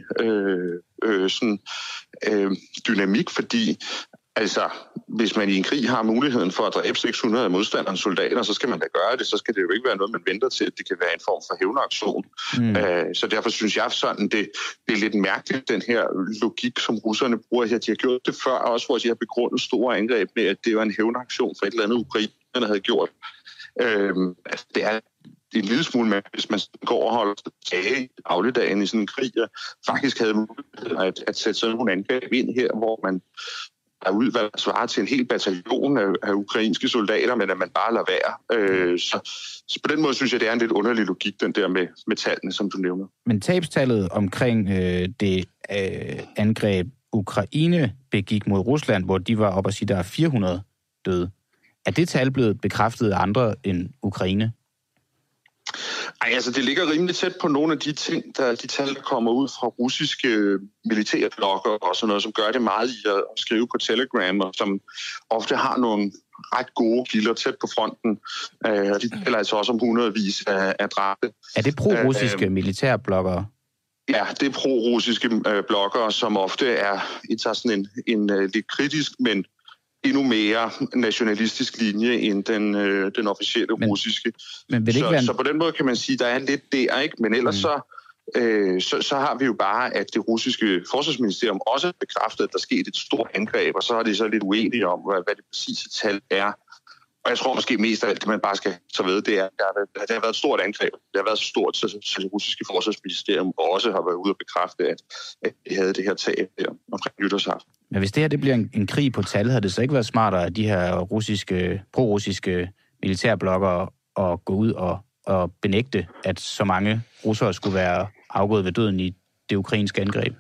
dynamik, fordi altså, hvis man i en krig har muligheden for at dræbe 600 af modstanderens soldater, så skal man da gøre det. Så skal det jo ikke være noget, man venter til, at det kan være en form for hævnaktion. Så derfor synes jeg sådan, det er lidt mærkeligt, den her logik, som russerne bruger her. De har gjort det før, også hvor de har begrundet store angreb med, at det var en hævnaktion for et eller andet, ukrainerne havde gjort. Altså, det er en lille smule med, hvis man går og holder tilbage i dagligdagen i sådan en krig, og faktisk havde mulighed at sætte sådan nogle angreb ind her, hvor man er udvalgt at svare til en hel bataljon af ukrainske soldater, men at man bare lader være. Så på den måde synes jeg, det er en lidt underlig logik, den der med tallene, som du nævner. Men tabstallet omkring det angreb, Ukraine begik mod Rusland, hvor de var op og sige, der er 400 døde. Er det tal blevet bekræftet af andre end Ukraine? Ej, altså det ligger rimelig tæt på nogle af de ting, de tal, der kommer ud fra russiske militære blogger og sådan noget, som gør det meget i at skrive på Telegram, og som ofte har nogle ret gode kilder tæt på fronten. Og de taler altså også om hundredvis af dræbte. Er det pro-russiske militære bloggere? Ja, det er pro-russiske bloggere, som ofte tager sådan en lidt kritisk, men endnu mere nationalistisk linje end den officielle russiske. Men vil det ikke være så på den måde kan man sige, der er lidt der, ikke? Men ellers så har vi jo bare, at det russiske forsvarsministerium også bekræftet, at der skete et stort angreb, og så er de så lidt uenige om, hvad det præcise tal er. Og jeg tror måske mest af alt, det man bare skal så ved, det er, at der har været et stort angreb. Det har været så stort, så det russiske forsvarsministerium også har været ude og bekræfte, at de havde det her tab der omkring nytårsaften. Men hvis det her det bliver en krig på tal, havde det så ikke været smartere, at de her pro-russiske militærbloggere at gå ud og benægte, at så mange russere skulle være afgået ved døden i det ukrainske angreb?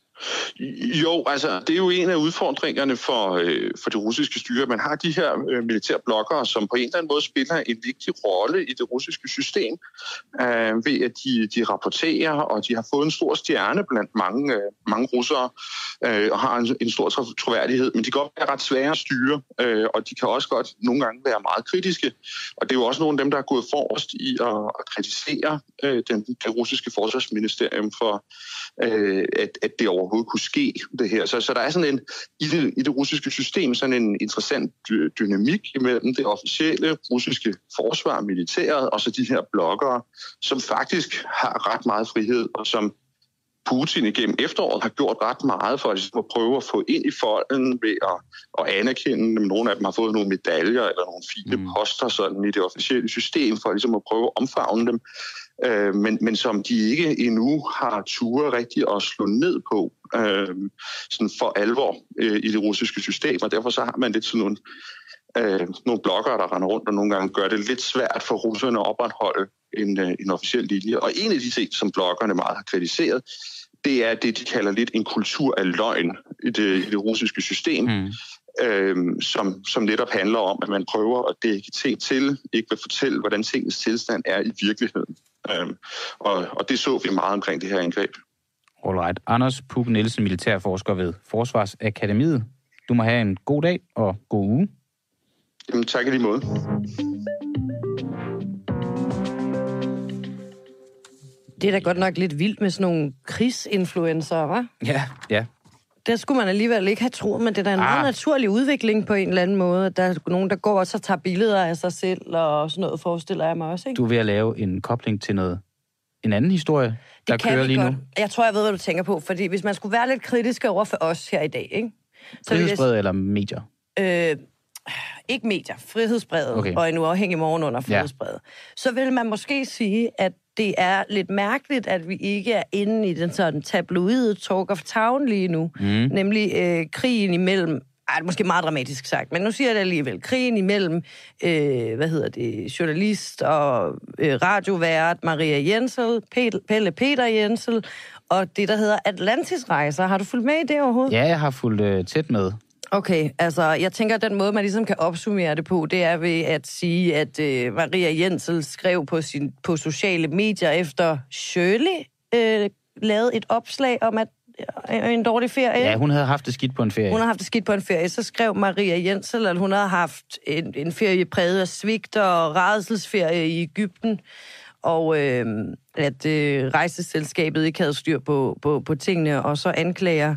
Jo, altså det er jo en af udfordringerne for det russiske styre. Man har de her militærbloggere, som på en eller anden måde spiller en vigtig rolle i det russiske system, ved at de rapporterer, og de har fået en stor stjerne blandt mange russere, og har en stor troværdighed, men de kan godt være ret svære at styre, og de kan også godt nogle gange være meget kritiske. Og det er jo også nogle af dem, der er gået forrest i at kritisere det russiske forsvarsministerium for, at det overhovedet overhovedet kunne ske, det her. Så der er sådan i det russiske system sådan en interessant dynamik imellem det officielle russiske forsvar, militæret, og så de her bloggere, som faktisk har ret meget frihed, og som Putin igennem efteråret har gjort ret meget for at prøve at få ind i folden ved at anerkende dem. Nogle af dem har fået nogle medaljer eller nogle fine poster sådan i det officielle system for ligesom at prøve at omfavne dem. Men som de ikke endnu har ture rigtigt at slå ned på sådan for alvor i det russiske system. Og derfor så har man lidt sådan nogle bloggere, der render rundt og nogle gange gør det lidt svært for russerne at opretholde en officiel linje. Og en af de ting, som bloggerne meget har kritiseret, det er det, de kalder lidt en kultur af løgn i det russiske system, som netop handler om, at man prøver at dække ting til, ikke vil fortælle, hvordan tingens tilstand er i virkeligheden. Og det så vi meget omkring det her angreb. Alright. Anders Pugh Nielsen, militærforsker ved Forsvarsakademiet. Du må have en god dag og god uge. Jamen, tak i lige måde. Det er da godt nok lidt vildt med sådan nogle krigsinfluencer, hva'? Ja. Der skulle man alligevel ikke have troet, men det er da en meget naturlig udvikling på en eller anden måde. Der er nogen, der går og så tager billeder af sig selv og sådan noget, forestiller jeg mig også, ikke? Du er ved at lave en kobling til en anden historie, der kører lige nu. Jeg tror, jeg ved, hvad du tænker på, fordi hvis man skulle være lidt kritisk over for os her i dag, ikke? Frihedsbrevet eller medier? Ikke medier, Frihedsbrevet og en uafhængig morgen under Frihedsbrevet. Ja. Så vil man måske sige, at det er lidt mærkeligt, at vi ikke er inde i den sådan tabloide talk of town lige nu. Nemlig krigen imellem, det er måske meget dramatisk sagt, men nu siger jeg det alligevel, krigen imellem, journalist og radiovært Maria Jensel, Pelle Peter Jensel, og det, der hedder Atlantis-rejser. Har du fulgt med i det overhovedet? Ja, jeg har fulgt tæt med. Okay, altså jeg tænker, at den måde, man ligesom kan opsummere det på, det er ved at sige, at Maria Jensel skrev på sociale medier efter Shirley lavede et opslag om, at en dårlig ferie. Ja, hun havde haft det skidt på en ferie. Hun har haft det skidt på en ferie. Så skrev Maria Jensel, at hun havde haft en ferie præget af svigt og rædselsferie i Egypten, og at rejseselskabet ikke havde styr på tingene, og så anklager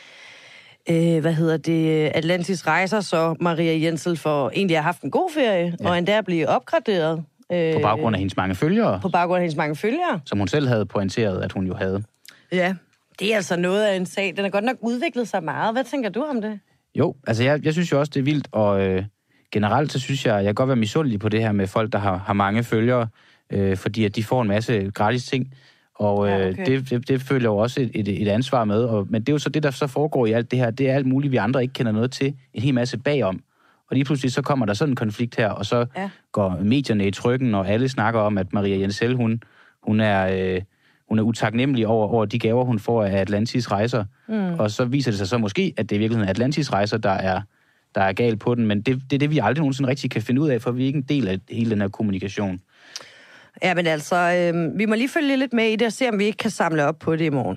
Atlantis rejser så Maria Jensel for egentlig at have haft en god ferie, og endda at blive opgraderet. På baggrund af hendes mange følgere. På baggrund af hendes mange følgere. Som hun selv havde pointeret, at hun jo havde. Ja, det er altså noget af en sag. Den har godt nok udviklet sig meget. Hvad tænker du om det? Jo, altså jeg synes jo også, det er vildt, og generelt så synes jeg kan godt være misundelig på det her med folk, der har mange følgere, fordi at de får en masse gratis ting. Og det følger jo også et ansvar med. Men det er jo så det, der så foregår i alt det her. Det er alt muligt, vi andre ikke kender noget til. En hel masse bagom. Og lige pludselig så kommer der sådan en konflikt her, og så går medierne i trykken, og alle snakker om, at Maria Jensel, hun er utaknemmelig over de gaver, hun får af Atlantis rejser. Og så viser det sig så måske, at det er i virkeligheden Atlantis rejser, der er galt på den. Men det er det, vi aldrig nogensinde rigtig kan finde ud af, for vi er ikke en del af hele den her kommunikation. Ja, men altså, vi må lige følge lidt med i det og se, om vi ikke kan samle op på det i morgen.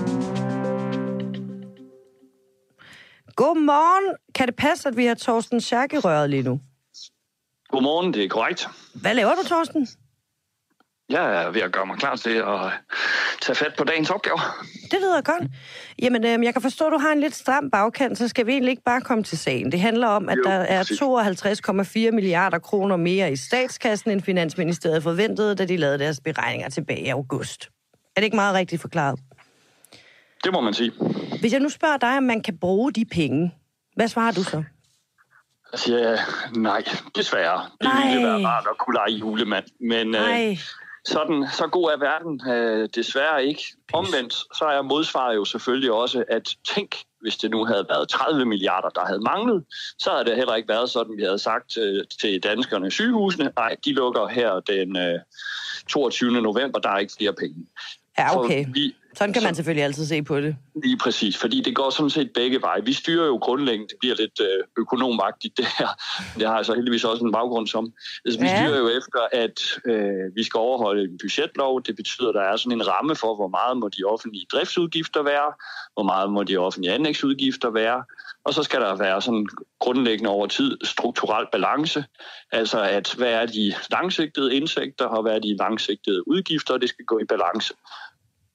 Godmorgen. Kan det passe, at vi har Torsten Schack i røret lige nu? Godmorgen, det er korrekt. Hvad laver du, Torsten? Jeg er ved at gøre mig klar til at tage fat på dagens opgaver. Det lyder godt. Jamen, jeg kan forstå, at du har en lidt stram bagkant, så skal vi egentlig ikke bare komme til sagen. Det handler om, at der er 52,4 milliarder kroner mere i statskassen, end Finansministeriet forventede, da de lavede deres beregninger tilbage i august. Er det ikke meget rigtigt forklaret? Det må man sige. Hvis jeg nu spørger dig, om man kan bruge de penge, hvad svarer du så? Jeg siger nej, desværre. Det ville være rart at kunne lege julemand, men så god er verden desværre ikke. Omvendt, så er modsvaret jo selvfølgelig også, at tænk, hvis det nu havde været 30 milliarder, der havde manglet, så havde det heller ikke været sådan, vi havde sagt til danskerne sygehusene. Nej, de lukker her den 22. november, der er ikke flere penge. Ja, okay. Sådan kan man selvfølgelig altid se på det. Lige præcis, fordi det går sådan set begge veje. Vi styrer jo grundlæggende, det bliver lidt økonomagtigt det her. Det har altså heldigvis også en baggrund som. Altså, vi styrer jo efter, at vi skal overholde en budgetlov. Det betyder, at der er sådan en ramme for, hvor meget må de offentlige driftsudgifter være, hvor meget må de offentlige anlægsudgifter være. Og så skal der være sådan grundlæggende over tid strukturel balance. Altså, at hvad er de langsigtede indtægter, og hvad er de langsigtede udgifter, og det skal gå i balance.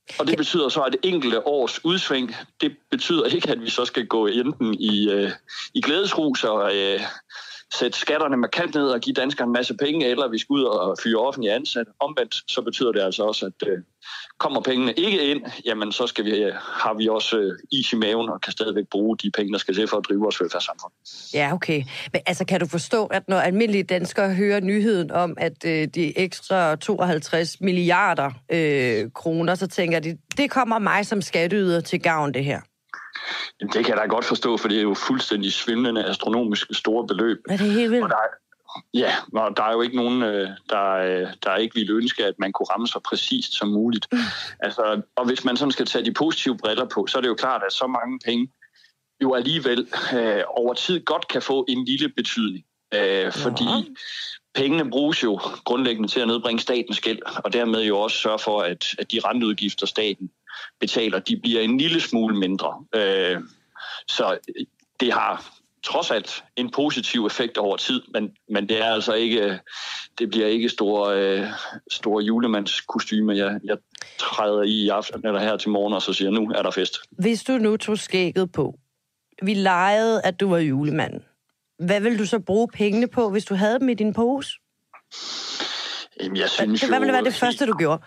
Og det betyder så, at enkelte års udsving, det betyder ikke, at vi så skal gå enten i glædesrus og sætte skatterne markant ned og give danskerne en masse penge, eller vi skal ud og fyre offentlige ansatte. Omvendt, så betyder det altså også, at kommer pengene ikke ind, jamen så har vi også is i maven og kan stadigvæk bruge de penge, der skal til for at drive vores velfærdssamfund. Ja, okay. Men altså, kan du forstå, at når almindelige danskere hører nyheden om, at de ekstra 52 milliarder kroner, så tænker de, det kommer mig som skatteyder til gavn, det her? Jamen, det kan jeg da godt forstå, for det er jo fuldstændig svimlende astronomiske store beløb. Er det helt vildt? Og der er jo ikke nogen, der ikke ville ønske, at man kunne ramme så præcist som muligt. Altså, og hvis man sådan skal tage de positive briller på, så er det jo klart, at så mange penge jo alligevel over tid godt kan få en lille betydning. Fordi pengene bruges jo grundlæggende til at nedbringe statens gæld, og dermed jo også sørge for, at de renteudgifter, staten betaler, de bliver en lille smule mindre. Så det har trods alt en positiv effekt over tid, men det er altså ikke, det bliver ikke store julemandskostyme, jeg træder i aften eller her til morgen, og så siger, nu er der fest. Hvis du nu tog skægget på, vi legede, at du var julemanden. Hvad vil du så bruge pengene på, hvis du havde dem i din pose? Jamen, jeg synes hvad ville være det første, du gjorde?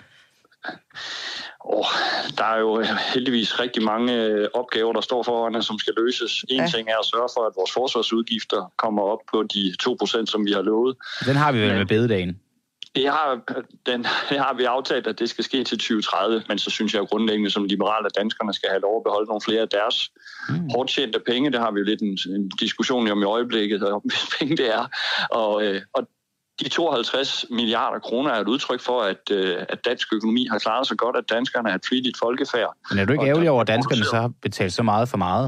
Der er jo heldigvis rigtig mange opgaver, der står foran os, som skal løses. En ting er at sørge for, at vores forsvarsudgifter kommer op på de 2%, som vi har lovet. Den har vi vel med bededagen? Det har vi aftalt, at det skal ske til 2030, men så synes jeg jo grundlæggende som liberale, at danskerne skal have lov at beholde nogle flere af deres hårdt tjente penge. Det har vi jo lidt en diskussion om i øjeblikket, om hvis penge det er. Og de 52 milliarder kroner er et udtryk for, at dansk økonomi har klaret sig godt, at danskerne er et flittigt folkefærd. Men er du ikke ærgerlig over, at danskerne så har betalt så meget for meget?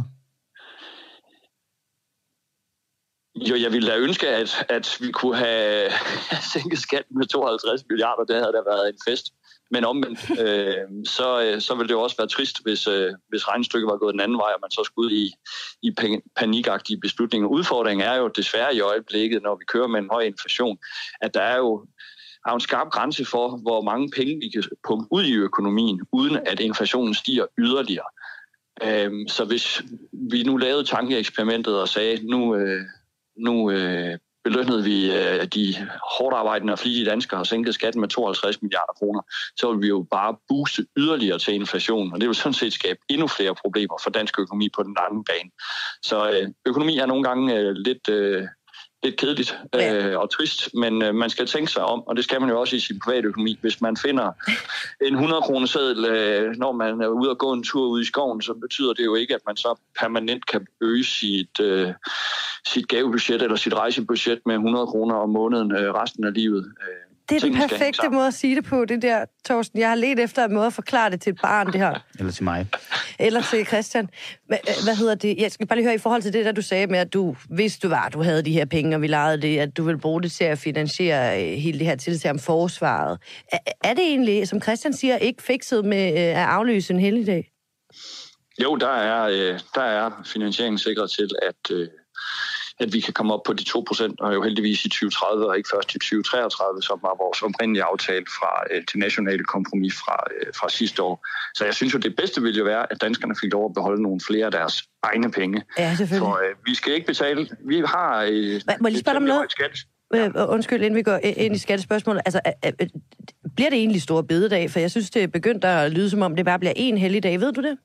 Jo, jeg ville da ønske, at vi kunne have sænket skatten med 52 milliarder. Det havde da været en fest. Men omvendt, så ville det jo også være trist, hvis regnestykket var gået den anden vej, og man så skulle ud i panikagtige beslutninger. Udfordringen er jo desværre i øjeblikket, når vi kører med en høj inflation, at der er jo en skarp grænse for, hvor mange penge vi kan pumpe ud i økonomien, uden at inflationen stiger yderligere. Så hvis vi nu lavede tankeeksperimentet og sagde, nu belønnede vi de hårdt arbejdende og flittige danskere og sænkede skatten med 52 milliarder kroner, så vil vi jo bare booste yderligere til inflationen, og det vil sådan set skabe endnu flere problemer for dansk økonomi på den lange bane. Så økonomi er nogle gange lidt kedeligt og trist, men man skal tænke sig om, og det skal man jo også i sin private økonomi. Hvis man finder en 100-kroner seddel, når man er ude og gå en tur ude i skoven, så betyder det jo ikke, at man så permanent kan øge sit gavebudget eller sit rejsebudget med 100 kroner om måneden resten af livet. Det er den perfekte måde at sige det på, det der, Torsten. Jeg har let efter en måde at forklare det til et barn, det her. Eller til mig. Eller til Christian. Hvad hedder det? Jeg skal bare lige høre i forhold til det, der du sagde med, at hvis du havde de her penge, og vi lejede det, at du ville bruge det til at finansiere hele det her tiltag om forsvaret. Er det egentlig, som Christian siger, ikke fikset med at aflyse en helligdag? Jo, der er finansieringen sikret til, at vi kan komme op på de 2%, og jo heldigvis i 2030, og ikke først i 2033, som var vores oprindelige aftale til nationale kompromis fra sidste år. Så jeg synes jo, det bedste ville jo være, at danskerne fik lov at beholde nogle flere af deres egne penge. Ja, selvfølgelig. For vi skal ikke betale. Vi har må jeg lige spørge om noget? Undskyld, inden vi går ind i skattespørgsmålet. Altså, bliver det egentlig store bededag? For jeg synes, det er begyndt at lyde, som om det bare bliver en helligdag. Ved du det?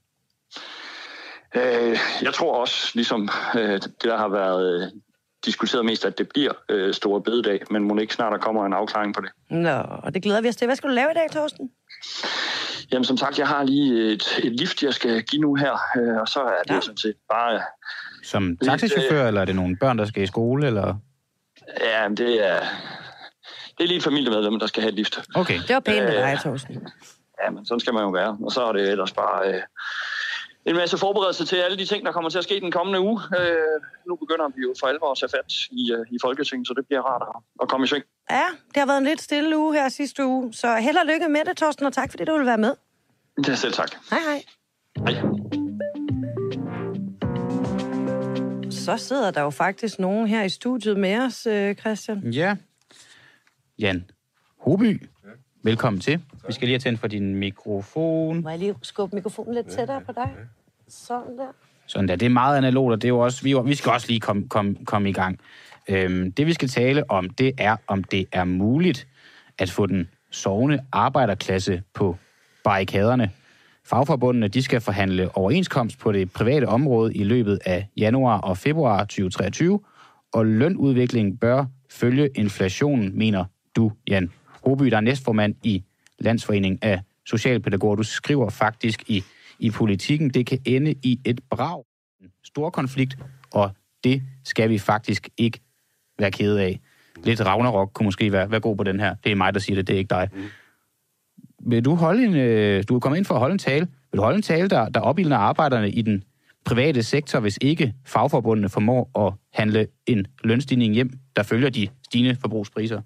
Jeg tror også, ligesom det, der har været diskuteret mest, at det bliver store bededag, men må ikke snart der kommer en afklaring på det. Nå, og det glæder vi os til. Hvad skal du lave i dag, Torsten? Jamen, som sagt, jeg har lige et lift, jeg skal give nu her, og så er det sådan set bare... Som taxichauffør, eller er det nogle børn, der skal i skole, eller...? Ja, det er lige et familiemedlem, der skal have et lift. Okay. Det var pænt med dig, Torsten. Ja, men sådan skal man jo være. Og så er det ellers bare... en masse forberedelse til alle de ting, der kommer til at ske den kommende uge. Nu begynder vi jo for alvor at tage fat i Folketinget, så det bliver rart at komme i sving. Ja, det har været en lidt stille uge her sidste uge, så held og lykke med det, Torsten, og tak fordi du vil være med. Det er selv tak. Hej, hej. Hej. Så sidder der jo faktisk nogen her i studiet med os, Christian. Ja. Jan Hoby, velkommen til. Vi skal lige have tændt for din mikrofon. Må jeg lige skubbe mikrofonen lidt tættere på dig? Sådan der. Sådan der. Det er meget analogt, og det er jo også, vi skal også lige komme i gang. Det, vi skal tale om, det er, om det er muligt at få den sovende arbejderklasse på barrikaderne. Fagforbundene, de skal forhandle overenskomst på det private område i løbet af januar og februar 2023, og lønudviklingen bør følge inflationen, mener du, Jan Roby, der er næstformand i Landsforeningen af Socialpædagoger. Du skriver faktisk i Politikken, det kan ende i et brag, en stor konflikt, og det skal vi faktisk ikke være kede af. Lidt Ragnarok kunne måske være god på den her. Det er mig, der siger det, det er ikke dig. Vil du du er kommet ind for at holde en tale. Vil du holde en tale, der opildner arbejderne i den private sektor, hvis ikke fagforbundene formår at handle en lønstigning hjem, der følger de stigende forbrugspriser?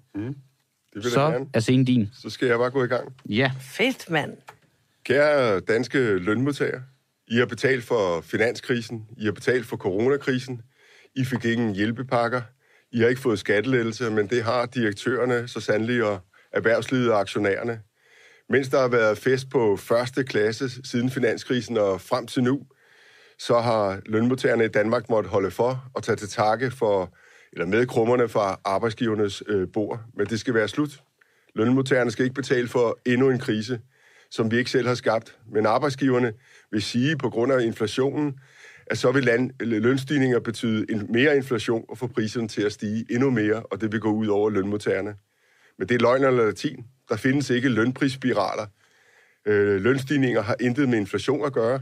Så er scenen din. Så skal jeg bare gå i gang. Ja. Fedt, mand. Kære danske lønmodtagere, I har betalt for finanskrisen, I har betalt for coronakrisen, I fik ingen hjælpepakker, I har ikke fået skattelettelser, men det har direktørerne så sandelig og erhvervslivet og aktionærerne. Mens der har været fest på første klasse siden finanskrisen og frem til nu, så har lønmodtagerne i Danmark måtte holde for og tage til takke med krummerne fra arbejdsgivernes bord. Men det skal være slut. Lønmodtagerne skal ikke betale for endnu en krise, som vi ikke selv har skabt. Men arbejdsgiverne vil sige på grund af inflationen, at så vil lønstigninger betyde mere inflation og få priserne til at stige endnu mere, og det vil gå ud over lønmodtagerne. Men det er løgn eller latin. Der findes ikke lønprisspiraler. Lønstigninger har intet med inflation at gøre.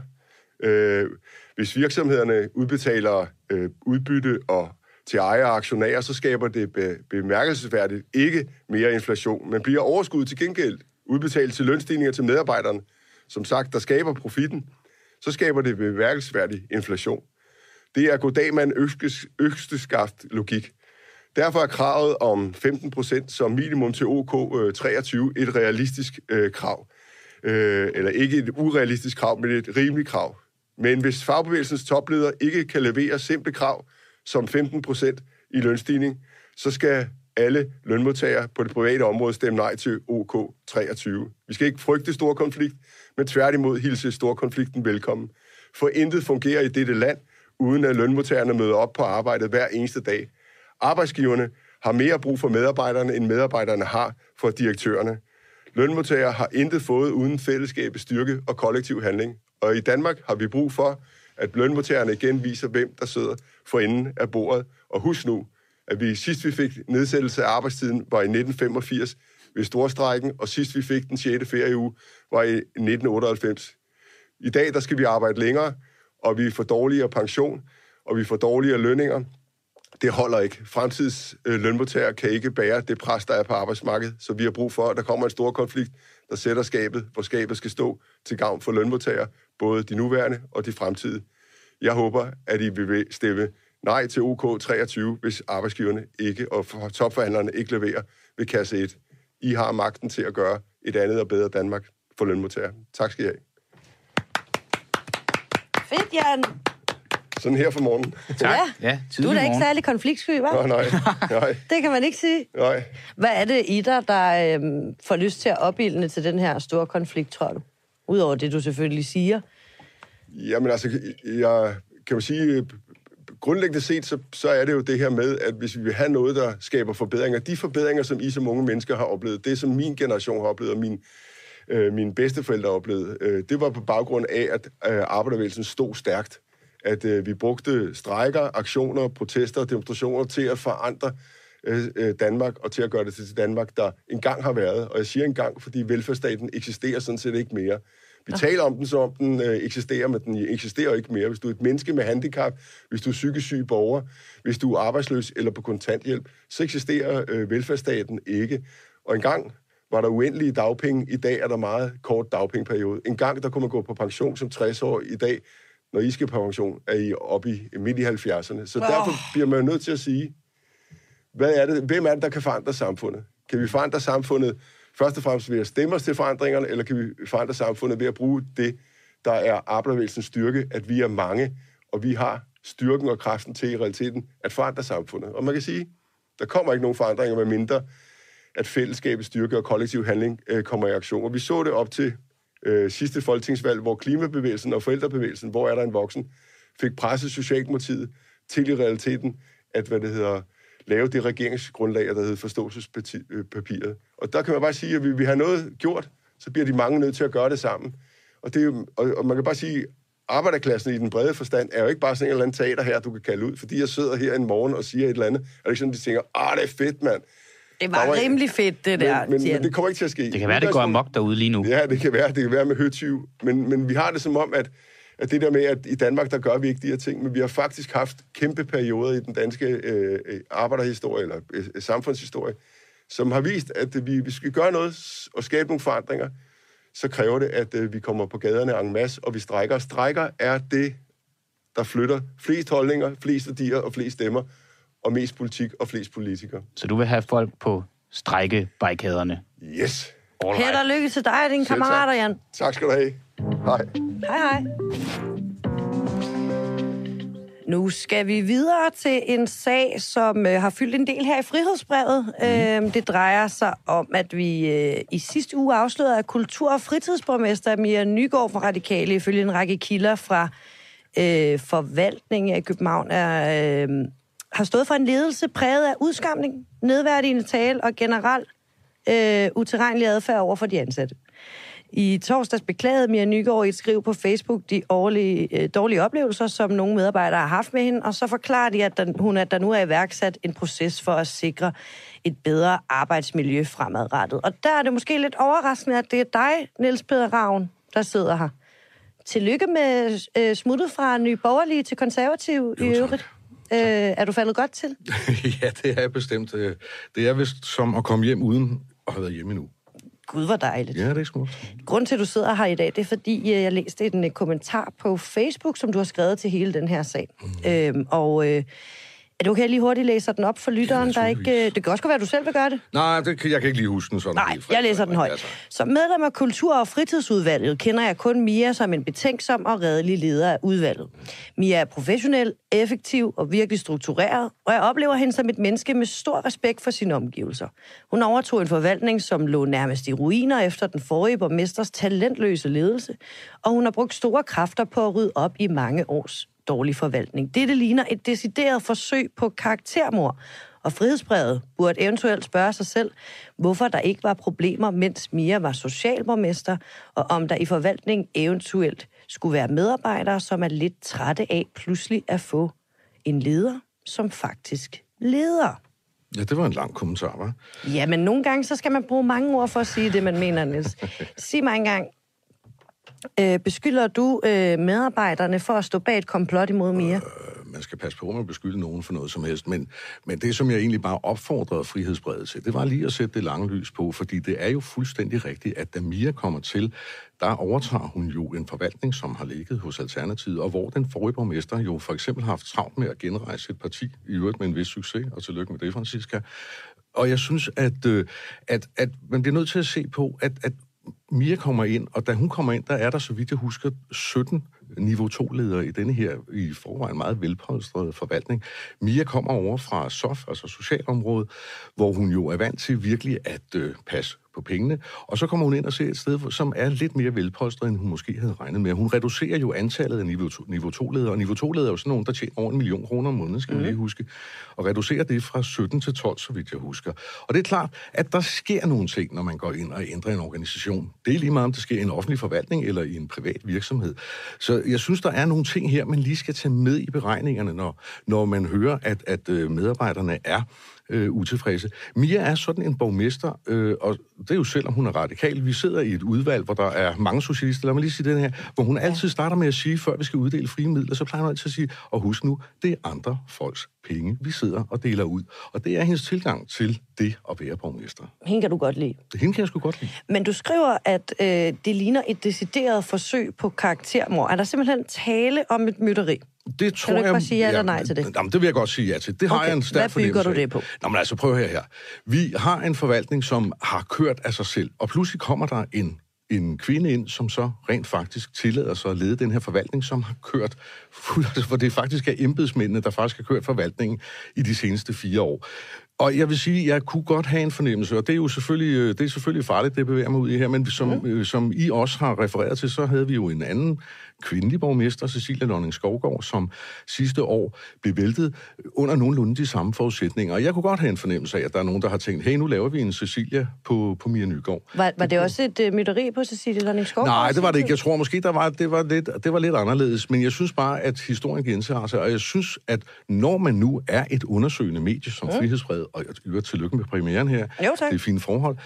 Hvis virksomhederne udbetaler udbytte og til ejere og aktionærer, så skaber det bemærkelsesværdigt ikke mere inflation, men bliver overskud til gengæld udbetalt til lønstigninger til medarbejderne. Som sagt, der skaber profitten, så skaber det bemærkelsesværdig inflation. Det er goddag med en økseskaft logik. Derfor er kravet om 15% som minimum til OK 23 et realistisk krav. Eller ikke et urealistisk krav, men et rimeligt krav. Men hvis fagbevægelsens topleder ikke kan levere simple krav som 15% i lønstigning, så skal alle lønmodtagere på det private område stemme nej til OK 23. Vi skal ikke frygte stor konflikt, men tværtimod hilse storkonflikten velkommen. For intet fungerer i dette land, uden at lønmodtagerne møder op på arbejdet hver eneste dag. Arbejdsgiverne har mere brug for medarbejderne, end medarbejderne har for direktørerne. Lønmodtagere har intet fået uden fællesskabets styrke og kollektiv handling. Og i Danmark har vi brug for, at lønmodtagerne igen viser, hvem der sidder for enden af bordet. Og husk nu, at sidst vi fik nedsættelse af arbejdstiden, var i 1985 ved storstrejken, og sidst vi fik den 6. ferieuge, var i 1998. I dag der skal vi arbejde længere, og vi får dårligere pension, og vi får dårligere lønninger. Det holder ikke. Fremtids lønmodtagere kan ikke bære det pres, der er på arbejdsmarkedet, så vi har brug for, at der kommer en stor konflikt, der sætter skabet, hvor skabet skal stå til gavn for lønmodtagere, både de nuværende og de fremtidige. Jeg håber, at I vil stemme nej til OK 23, hvis arbejdsgiverne ikke og topforhandlerne ikke leverer ved kasse 1. I har magten til at gøre et andet og bedre Danmark for lønmodtagere. Tak skal I have. Fedt, Jan. Sådan her for morgenen. Tak. Ja, du er da ikke særlig konfliktsky, hva'? Nej. Det kan man ikke sige. Nej. Hvad er det i dig, der får lyst til at opildne til den her store konflikt, tror du? Udover det, du selvfølgelig siger. Jamen altså, jeg kan jo sige, grundlæggende set, så er det jo det her med, at hvis vi vil have noget, der skaber forbedringer, de forbedringer, som I som unge mennesker har oplevet, det som min generation har oplevet, og mine bedsteforældre har oplevet, det var på baggrund af, at arbejderbevægelsen stod stærkt. At vi brugte strejker, aktioner, protester og demonstrationer til at forandre Danmark og til at gøre det til Danmark, der engang har været. Og jeg siger engang, fordi velfærdsstaten eksisterer sådan set ikke mere. Vi taler om den, som om den eksisterer, men den eksisterer ikke mere. Hvis du er et menneske med handicap, hvis du er psykisk syg borger, hvis du er arbejdsløs eller på kontanthjælp, så eksisterer velfærdsstaten ikke. Og engang var der uendelige dagpenge. I dag er der meget kort dagpengeperiode. Engang der kunne man gå på pension som 60 år. I dag, når I skal på pension, er I oppe i midt i 70'erne. Så derfor bliver man nødt til at sige, hvem er det, der kan forandre samfundet? Kan vi forandre samfundet først og fremmest ved at stemme os til forandringerne, eller kan vi forandre samfundet ved at bruge det, der er arbejderbevægelsens styrke, at vi er mange, og vi har styrken og kraften til i realiteten at forandre samfundet. Og man kan sige, der kommer ikke nogen forandringer, med mindre at fællesskabets styrke og kollektiv handling kommer i aktion. Og vi så det op til sidste folketingsvalg, hvor klimabevægelsen og forældrebevægelsen, hvor er der en voksen, fik presset Socialdemokratiet til i realiteten at, lave det regeringsgrundlag, der hedder forståelsespapiret. Og der kan man bare sige, at vi har noget gjort, så bliver de mange nødt til at gøre det sammen. Og, det er jo, og man kan bare sige, arbejderklassen i den brede forstand er jo ikke bare sådan en eller anden teater her, du kan kalde ud, fordi jeg sidder her en morgen og siger et eller andet. Er det ikke sådan, de tænker, det er fedt, mand. Det var rimelig fedt, det der. Men det kommer ikke til at ske. Det kan være, det går amok derude lige nu. Ja, det kan være med høtyv. Men vi har det som om, at det der med, at i Danmark, der gør vi ikke de her ting, men vi har faktisk haft kæmpe perioder i den danske arbejderhistorie, eller samfundshistorie, som har vist, at vi skal gøre noget og skabe nogle forandringer, så kræver det, at vi kommer på gaderne en masse, og vi strækker. Strækker er det, der flytter flest holdninger, flest værdier og flest stemmer, og mest politik og flest politikere. Så du vil have folk på strejkebarrikaderne? Yes. Held og lykke til dig og dine kammerater, Jan. Tak skal du have. Hej. Hej. Nu skal vi videre til en sag, som har fyldt en del her i Frihedsbrevet. Det drejer sig om, at vi i sidste uge afslørede, at kultur- og fritidsborgmester Mia Nygaard fra Radikale, ifølge en række kilder fra forvaltningen i København, har stået for en ledelse præget af udskamning, nedværdigende tale og generelt utilregnelig adfærd over for de ansatte. I torsdags beklagede Mia Nygaard i et skriv på Facebook de dårlige oplevelser, som nogle medarbejdere har haft med hende, og så forklarer de, at der nu er iværksat en proces for at sikre et bedre arbejdsmiljø fremadrettet. Og der er det måske lidt overraskende, at det er dig, Niels Peder Ravn, der sidder her. Tillykke med smuttet fra Nye Borgerlige til Konservative i øvrigt. Er du faldet godt til? Ja, det er bestemt. Det er vist som at komme hjem uden at have været hjemme endnu. Gud, hvor dejligt. Ja, det er smukt. Grunden til, at du sidder her i dag, det er, fordi jeg læste en kommentar på Facebook, som du har skrevet til hele den her sag. Er det okay, jeg lige hurtigt læser den op for lytteren? Ja, der ikke, det kan også være, at du selv vil gøre det. Nej, jeg kan ikke lige huske den sådan. Nej, jeg læser den højt. Som medlem af Kultur- og Fritidsudvalget kender jeg kun Mia som en betænksom og redelig leder af udvalget. Mia er professionel, effektiv og virkelig struktureret, og jeg oplever hende som et menneske med stor respekt for sine omgivelser. Hun overtog en forvaltning, som lå nærmest i ruiner efter den forrige borgmesters talentløse ledelse, og hun har brugt store kræfter på at rydde op i mange års dårlig forvaltning. Dette ligner et decideret forsøg på karaktermord, og Frihedsbrevet burde eventuelt spørge sig selv, hvorfor der ikke var problemer, mens Mia var socialborgmester, og om der i forvaltningen eventuelt skulle være medarbejdere, som er lidt trætte af pludselig at få en leder, som faktisk leder. Ja, det var en lang kommentar, hva'? Ja, men nogle gange, så skal man bruge mange ord for at sige det, man mener, Niels. Sig mig engang, beskylder du medarbejderne for at stå bag et komplot imod Mia? Man skal passe på med at beskylde nogen for noget som helst, men det, som jeg egentlig bare opfordrede Frihedsbrevet til, det var lige at sætte det lange lys på, fordi det er jo fuldstændig rigtigt, at da Mia kommer til, der overtager hun jo en forvaltning, som har ligget hos Alternativet, og hvor den forrige borgmester jo for eksempel har haft travlt med at genrejse et parti, i øvrigt med en vis succes, og tillykke med det, Francisca. Og jeg synes, at man bliver nødt til at se på, at Mia kommer ind, og da hun kommer ind, der er der, så vidt jeg husker, 17 niveau 2-ledere i denne her i forvejen meget velpolstrede forvaltning. Mia kommer over fra SOF, altså socialområdet, hvor hun jo er vant til virkelig at passe på pengene, og så kommer hun ind og ser et sted, som er lidt mere velpolstret, end hun måske havde regnet med. Hun reducerer jo antallet af niveau 2-ledere, og niveau 2-ledere er jo sådan nogen, der tjener over 1 million kroner om måneden, skal vi lige huske, og reducerer det fra 17 til 12, så vidt jeg husker. Og det er klart, at der sker nogle ting, når man går ind og ændrer en organisation. Det er lige meget, om det sker i en offentlig forvaltning eller i en privat virksomhed. Så jeg synes, der er nogle ting her, man lige skal tage med i beregningerne, når man hører, at medarbejderne er utilfredse. Mia er sådan en borgmester, og det er jo selvom hun er radikal. Vi sidder i et udvalg, hvor der er mange socialister. Lad mig lige sige den her, hvor hun altid starter med at sige, før vi skal uddele frie midler, så plejer hun altid at sige, og husk nu, det er andre folks penge, vi sidder og deler ud. Og det er hendes tilgang til det at være borgmester. Hende kan du godt lide. Hende kan jeg sgu godt lide. Men du skriver, at det ligner et decideret forsøg på karaktermord. Er der simpelthen tale om et mytteri? Det tror kan du ikke jeg, bare sige ja eller nej til det? Jamen, det vil jeg godt sige ja til. Det har jeg en stærk fornemmelse. Hvad bygger du det på? Nå, men altså, prøv her. Vi har en forvaltning, som har kørt af sig selv, og pludselig kommer der en kvinde ind, som så rent faktisk tillader sig at lede den her forvaltning, som har kørt, for det faktisk er embedsmændene, der faktisk har kørt forvaltningen i de seneste 4 år. Og jeg vil sige, jeg kunne godt have en fornemmelse, og det er selvfølgelig farligt, det bevæger mig ud i her, men som I også har refereret til, så havde vi jo en anden kvindelig borgmester, Cecilie Lonning-Skovgaard, som sidste år blev væltet under nogenlunde de samme forudsætninger. Og jeg kunne godt have en fornemmelse af, at der er nogen, der har tænkt, hey, nu laver vi en Cecilia på Mia Nygård. Var det også et mytteri på Cecilie Lonning-Skovgaard? Nej, det var det ikke. Jeg tror måske, det var lidt anderledes. Men jeg synes bare, at historien gentager sig, og jeg synes, at når man nu er et undersøgende medie som Frihedsbrevet, og jeg tillykke med premieren her, jo, tak. Det er fine forhold,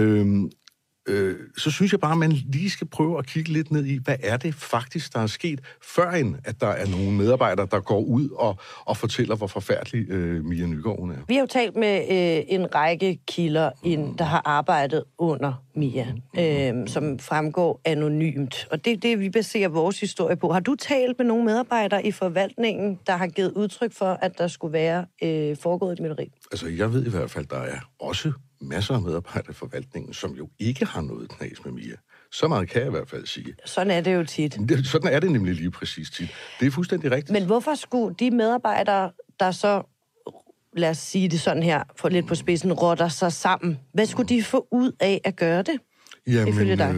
så synes jeg bare, at man lige skal prøve at kigge lidt ned i, hvad er det faktisk, der er sket, førend at der er nogle medarbejdere, der går ud og fortæller, hvor forfærdelig Mia Nygård er. Vi har jo talt med en række kilder, der har arbejdet under Mia, som fremgår anonymt. Og det er det, vi baserer vores historie på. Har du talt med nogle medarbejdere i forvaltningen, der har givet udtryk for, at der skulle være foregået et mytteri? Altså, jeg ved i hvert fald, der er også masser af medarbejdere i forvaltningen, som jo ikke har noget knas med Mia. Så meget kan jeg i hvert fald sige. Sådan er det jo tit. Sådan er det nemlig lige præcis tit. Det er fuldstændig rigtigt. Men hvorfor skulle de medarbejdere, der så, lad os sige det sådan her, for lidt på spidsen, rotter sig sammen, hvad skulle de få ud af at gøre det? Ifølge dig?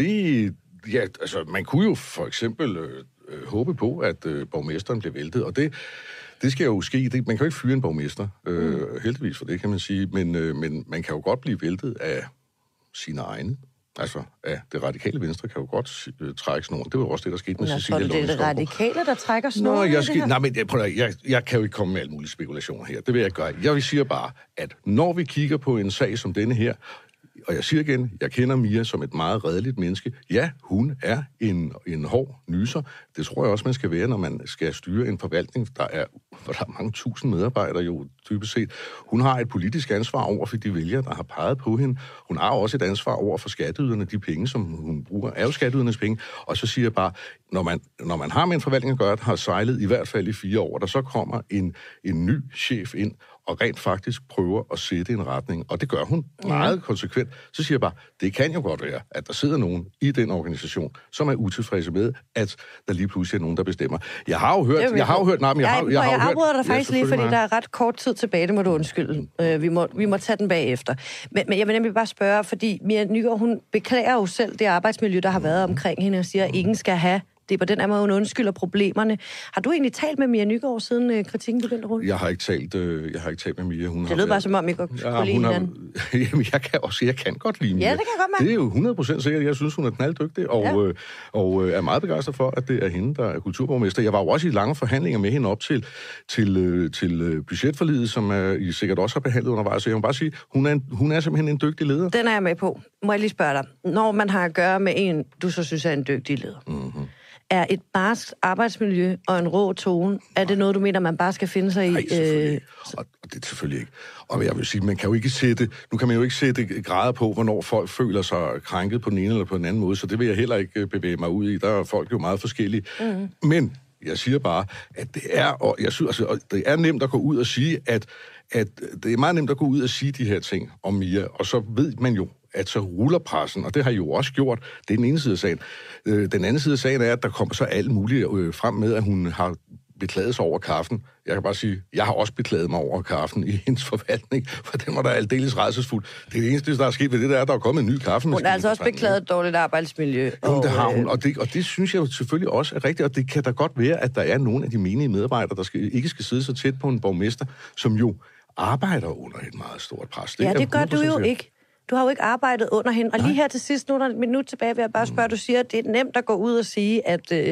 Man kunne jo for eksempel håbe på, at borgmesteren blev væltet, og det skal jo ske. Man kan jo ikke fyre en borgmester, heldigvis for det, kan man sige, men man kan jo godt blive væltet af sine egne. Altså, af det radikale venstre kan jo godt trække snoren. Det var jo også det, der skete med Cecilie Lonning-Skovgaard. Det er det radikale, der trækker snoren? Jeg kan jo ikke komme med alle mulige spekulationer her. Det vil jeg gøre. Jeg vil sige bare, at når vi kigger på en sag som denne her, og jeg siger igen, jeg kender Mia som et meget redeligt menneske. Ja, hun er en hård nyser. Det tror jeg også, man skal være, når man skal styre en forvaltning, hvor der er mange tusind medarbejdere jo typisk set. Hun har et politisk ansvar over for de vælgere, der har peget på hende. Hun har også et ansvar over for skatteyderne. De penge, som hun bruger, er jo skatteydernes penge. Og så siger jeg bare, når man har med en forvaltning at gøre, der har sejlet i hvert fald i 4 år, der så kommer en ny chef ind, og rent faktisk prøver at sætte en retning. Og det gør hun meget konsekvent. Så siger jeg bare, det kan jo godt være, at der sidder nogen i den organisation, som er utilfredse med, at der lige pludselig er nogen, der bestemmer. Jeg har jo hørt... Jeg afbryder dig faktisk lige, fordi der er ret kort tid tilbage, det må du undskylde. Vi må tage den bagefter. Men jeg vil nemlig bare spørge, fordi Mia Nygård, hun beklager jo selv det arbejdsmiljø, der har været omkring hende, og siger, at ingen skal have det er på den måde, hun undskylder problemerne. Har du egentlig talt med Mia Nygård, siden kritikken begyndte at rulle? Jeg har ikke talt med Mia. Det lød bare som om, I godt kunne lide hinanden. Jamen, jeg kan godt lide Mia. Ja, det kan jeg godt mærke. Det er jo 100% sikkert. Jeg synes, hun er knalddygtig, og er meget begejstret for, at det er hende, der er kulturborgmester. Jeg var jo også i lange forhandlinger med hende op til budgetforliget, som I sikkert også har behandlet undervejs. Så jeg må bare sige, hun er simpelthen en dygtig leder. Den er jeg med på. Må jeg lige spørge dig. Når man har at gøre med en, du så synes er en dygtig leder, er et barskt arbejdsmiljø og en rå tone, er det noget, du mener, man bare skal finde sig i? Nej, selvfølgelig ikke. Og det er selvfølgelig ikke. Og jeg vil sige, man kan jo ikke sætte grader på, hvornår folk føler sig krænket på den ene eller på den anden måde, så det vil jeg heller ikke bevæge mig ud i. Der er folk jo meget forskellige. Men jeg siger bare, at det er nemt at gå ud og sige, at det er meget nemt at gå ud og sige de her ting om Mia, og så ved man jo, at så ruller pressen, og det har I jo også gjort. Det er den ene side af sagen. Den anden side af sagen er, at der kommer så alt muligt frem med, at hun har beklaget sig over kaffen. Jeg kan bare sige, jeg har også beklaget mig over kaffen i hendes forvaltning, for den var da aldeles rædselsfuld. Det er det eneste, der er sket ved det, der er kommet en ny kaffemaskine. Hun har altså også beklaget et dårligt arbejdsmiljø. Jo, det har hun, og det synes jeg jo selvfølgelig også er rigtigt, og det kan da godt være, at der er nogle af de menige medarbejdere, der ikke skal sidde så tæt på en borgmester, som jo arbejder under et meget stort pres. Det gør du jo ikke. Du har jo ikke arbejdet under hende. Og lige her til sidst, nu er der et minut tilbage, vil jeg bare spørge, du siger, at det er nemt at gå ud og sige,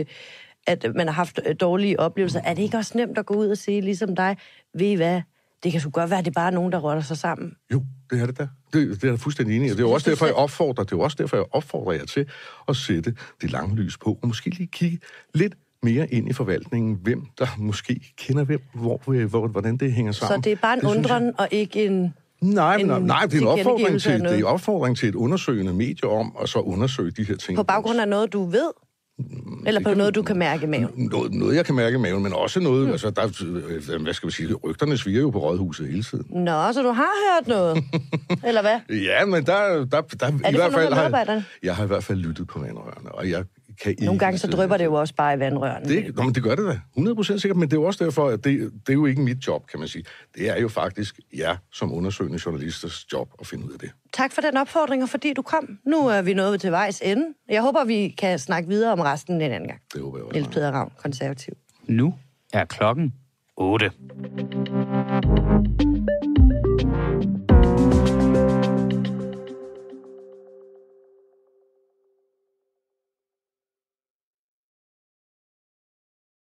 at man har haft dårlige oplevelser. Er det ikke også nemt at gå ud og sige, ligesom dig, ved I hvad, det kan sgu godt være, at det er bare nogen, der rotter sig sammen? Jo, det er det der. Det er jeg fuldstændig enig i. Det er jo også derfor, jeg opfordrer jer til at sætte det lange lys på, og måske lige kigge lidt mere ind i forvaltningen, hvem der måske kender hvem, hvordan det hænger sammen. Så det er bare en undren og ikke en... Nej, det er en opfordring til et undersøgende medie om at så undersøge de her ting. På baggrund af noget, du ved? Eller på noget, du kan mærke i maven? Noget, jeg kan mærke i maven, men også noget... Altså, hvad skal vi sige? Rygterne sviger jo på rådhuset hele tiden. Nå, så du har hørt noget? Eller hvad? Ja, men der er det i hvert fald... Jeg har i hvert fald lyttet på vandrørene, og jeg kan I... Nogle gange så drypper det jo også bare i vandrørene. Det gør det da. 100% sikkert, men det er jo også derfor, at det er jo ikke mit job, kan man sige. Det er jo faktisk jer som undersøgende journalisters job at finde ud af det. Tak for den opfordring, og fordi du kom. Nu er vi nået til vejs ende. Jeg håber, vi kan snakke videre om resten en anden gang. Det håber jeg også. Niels Peder Ravn, konservativ. Nu er klokken 8.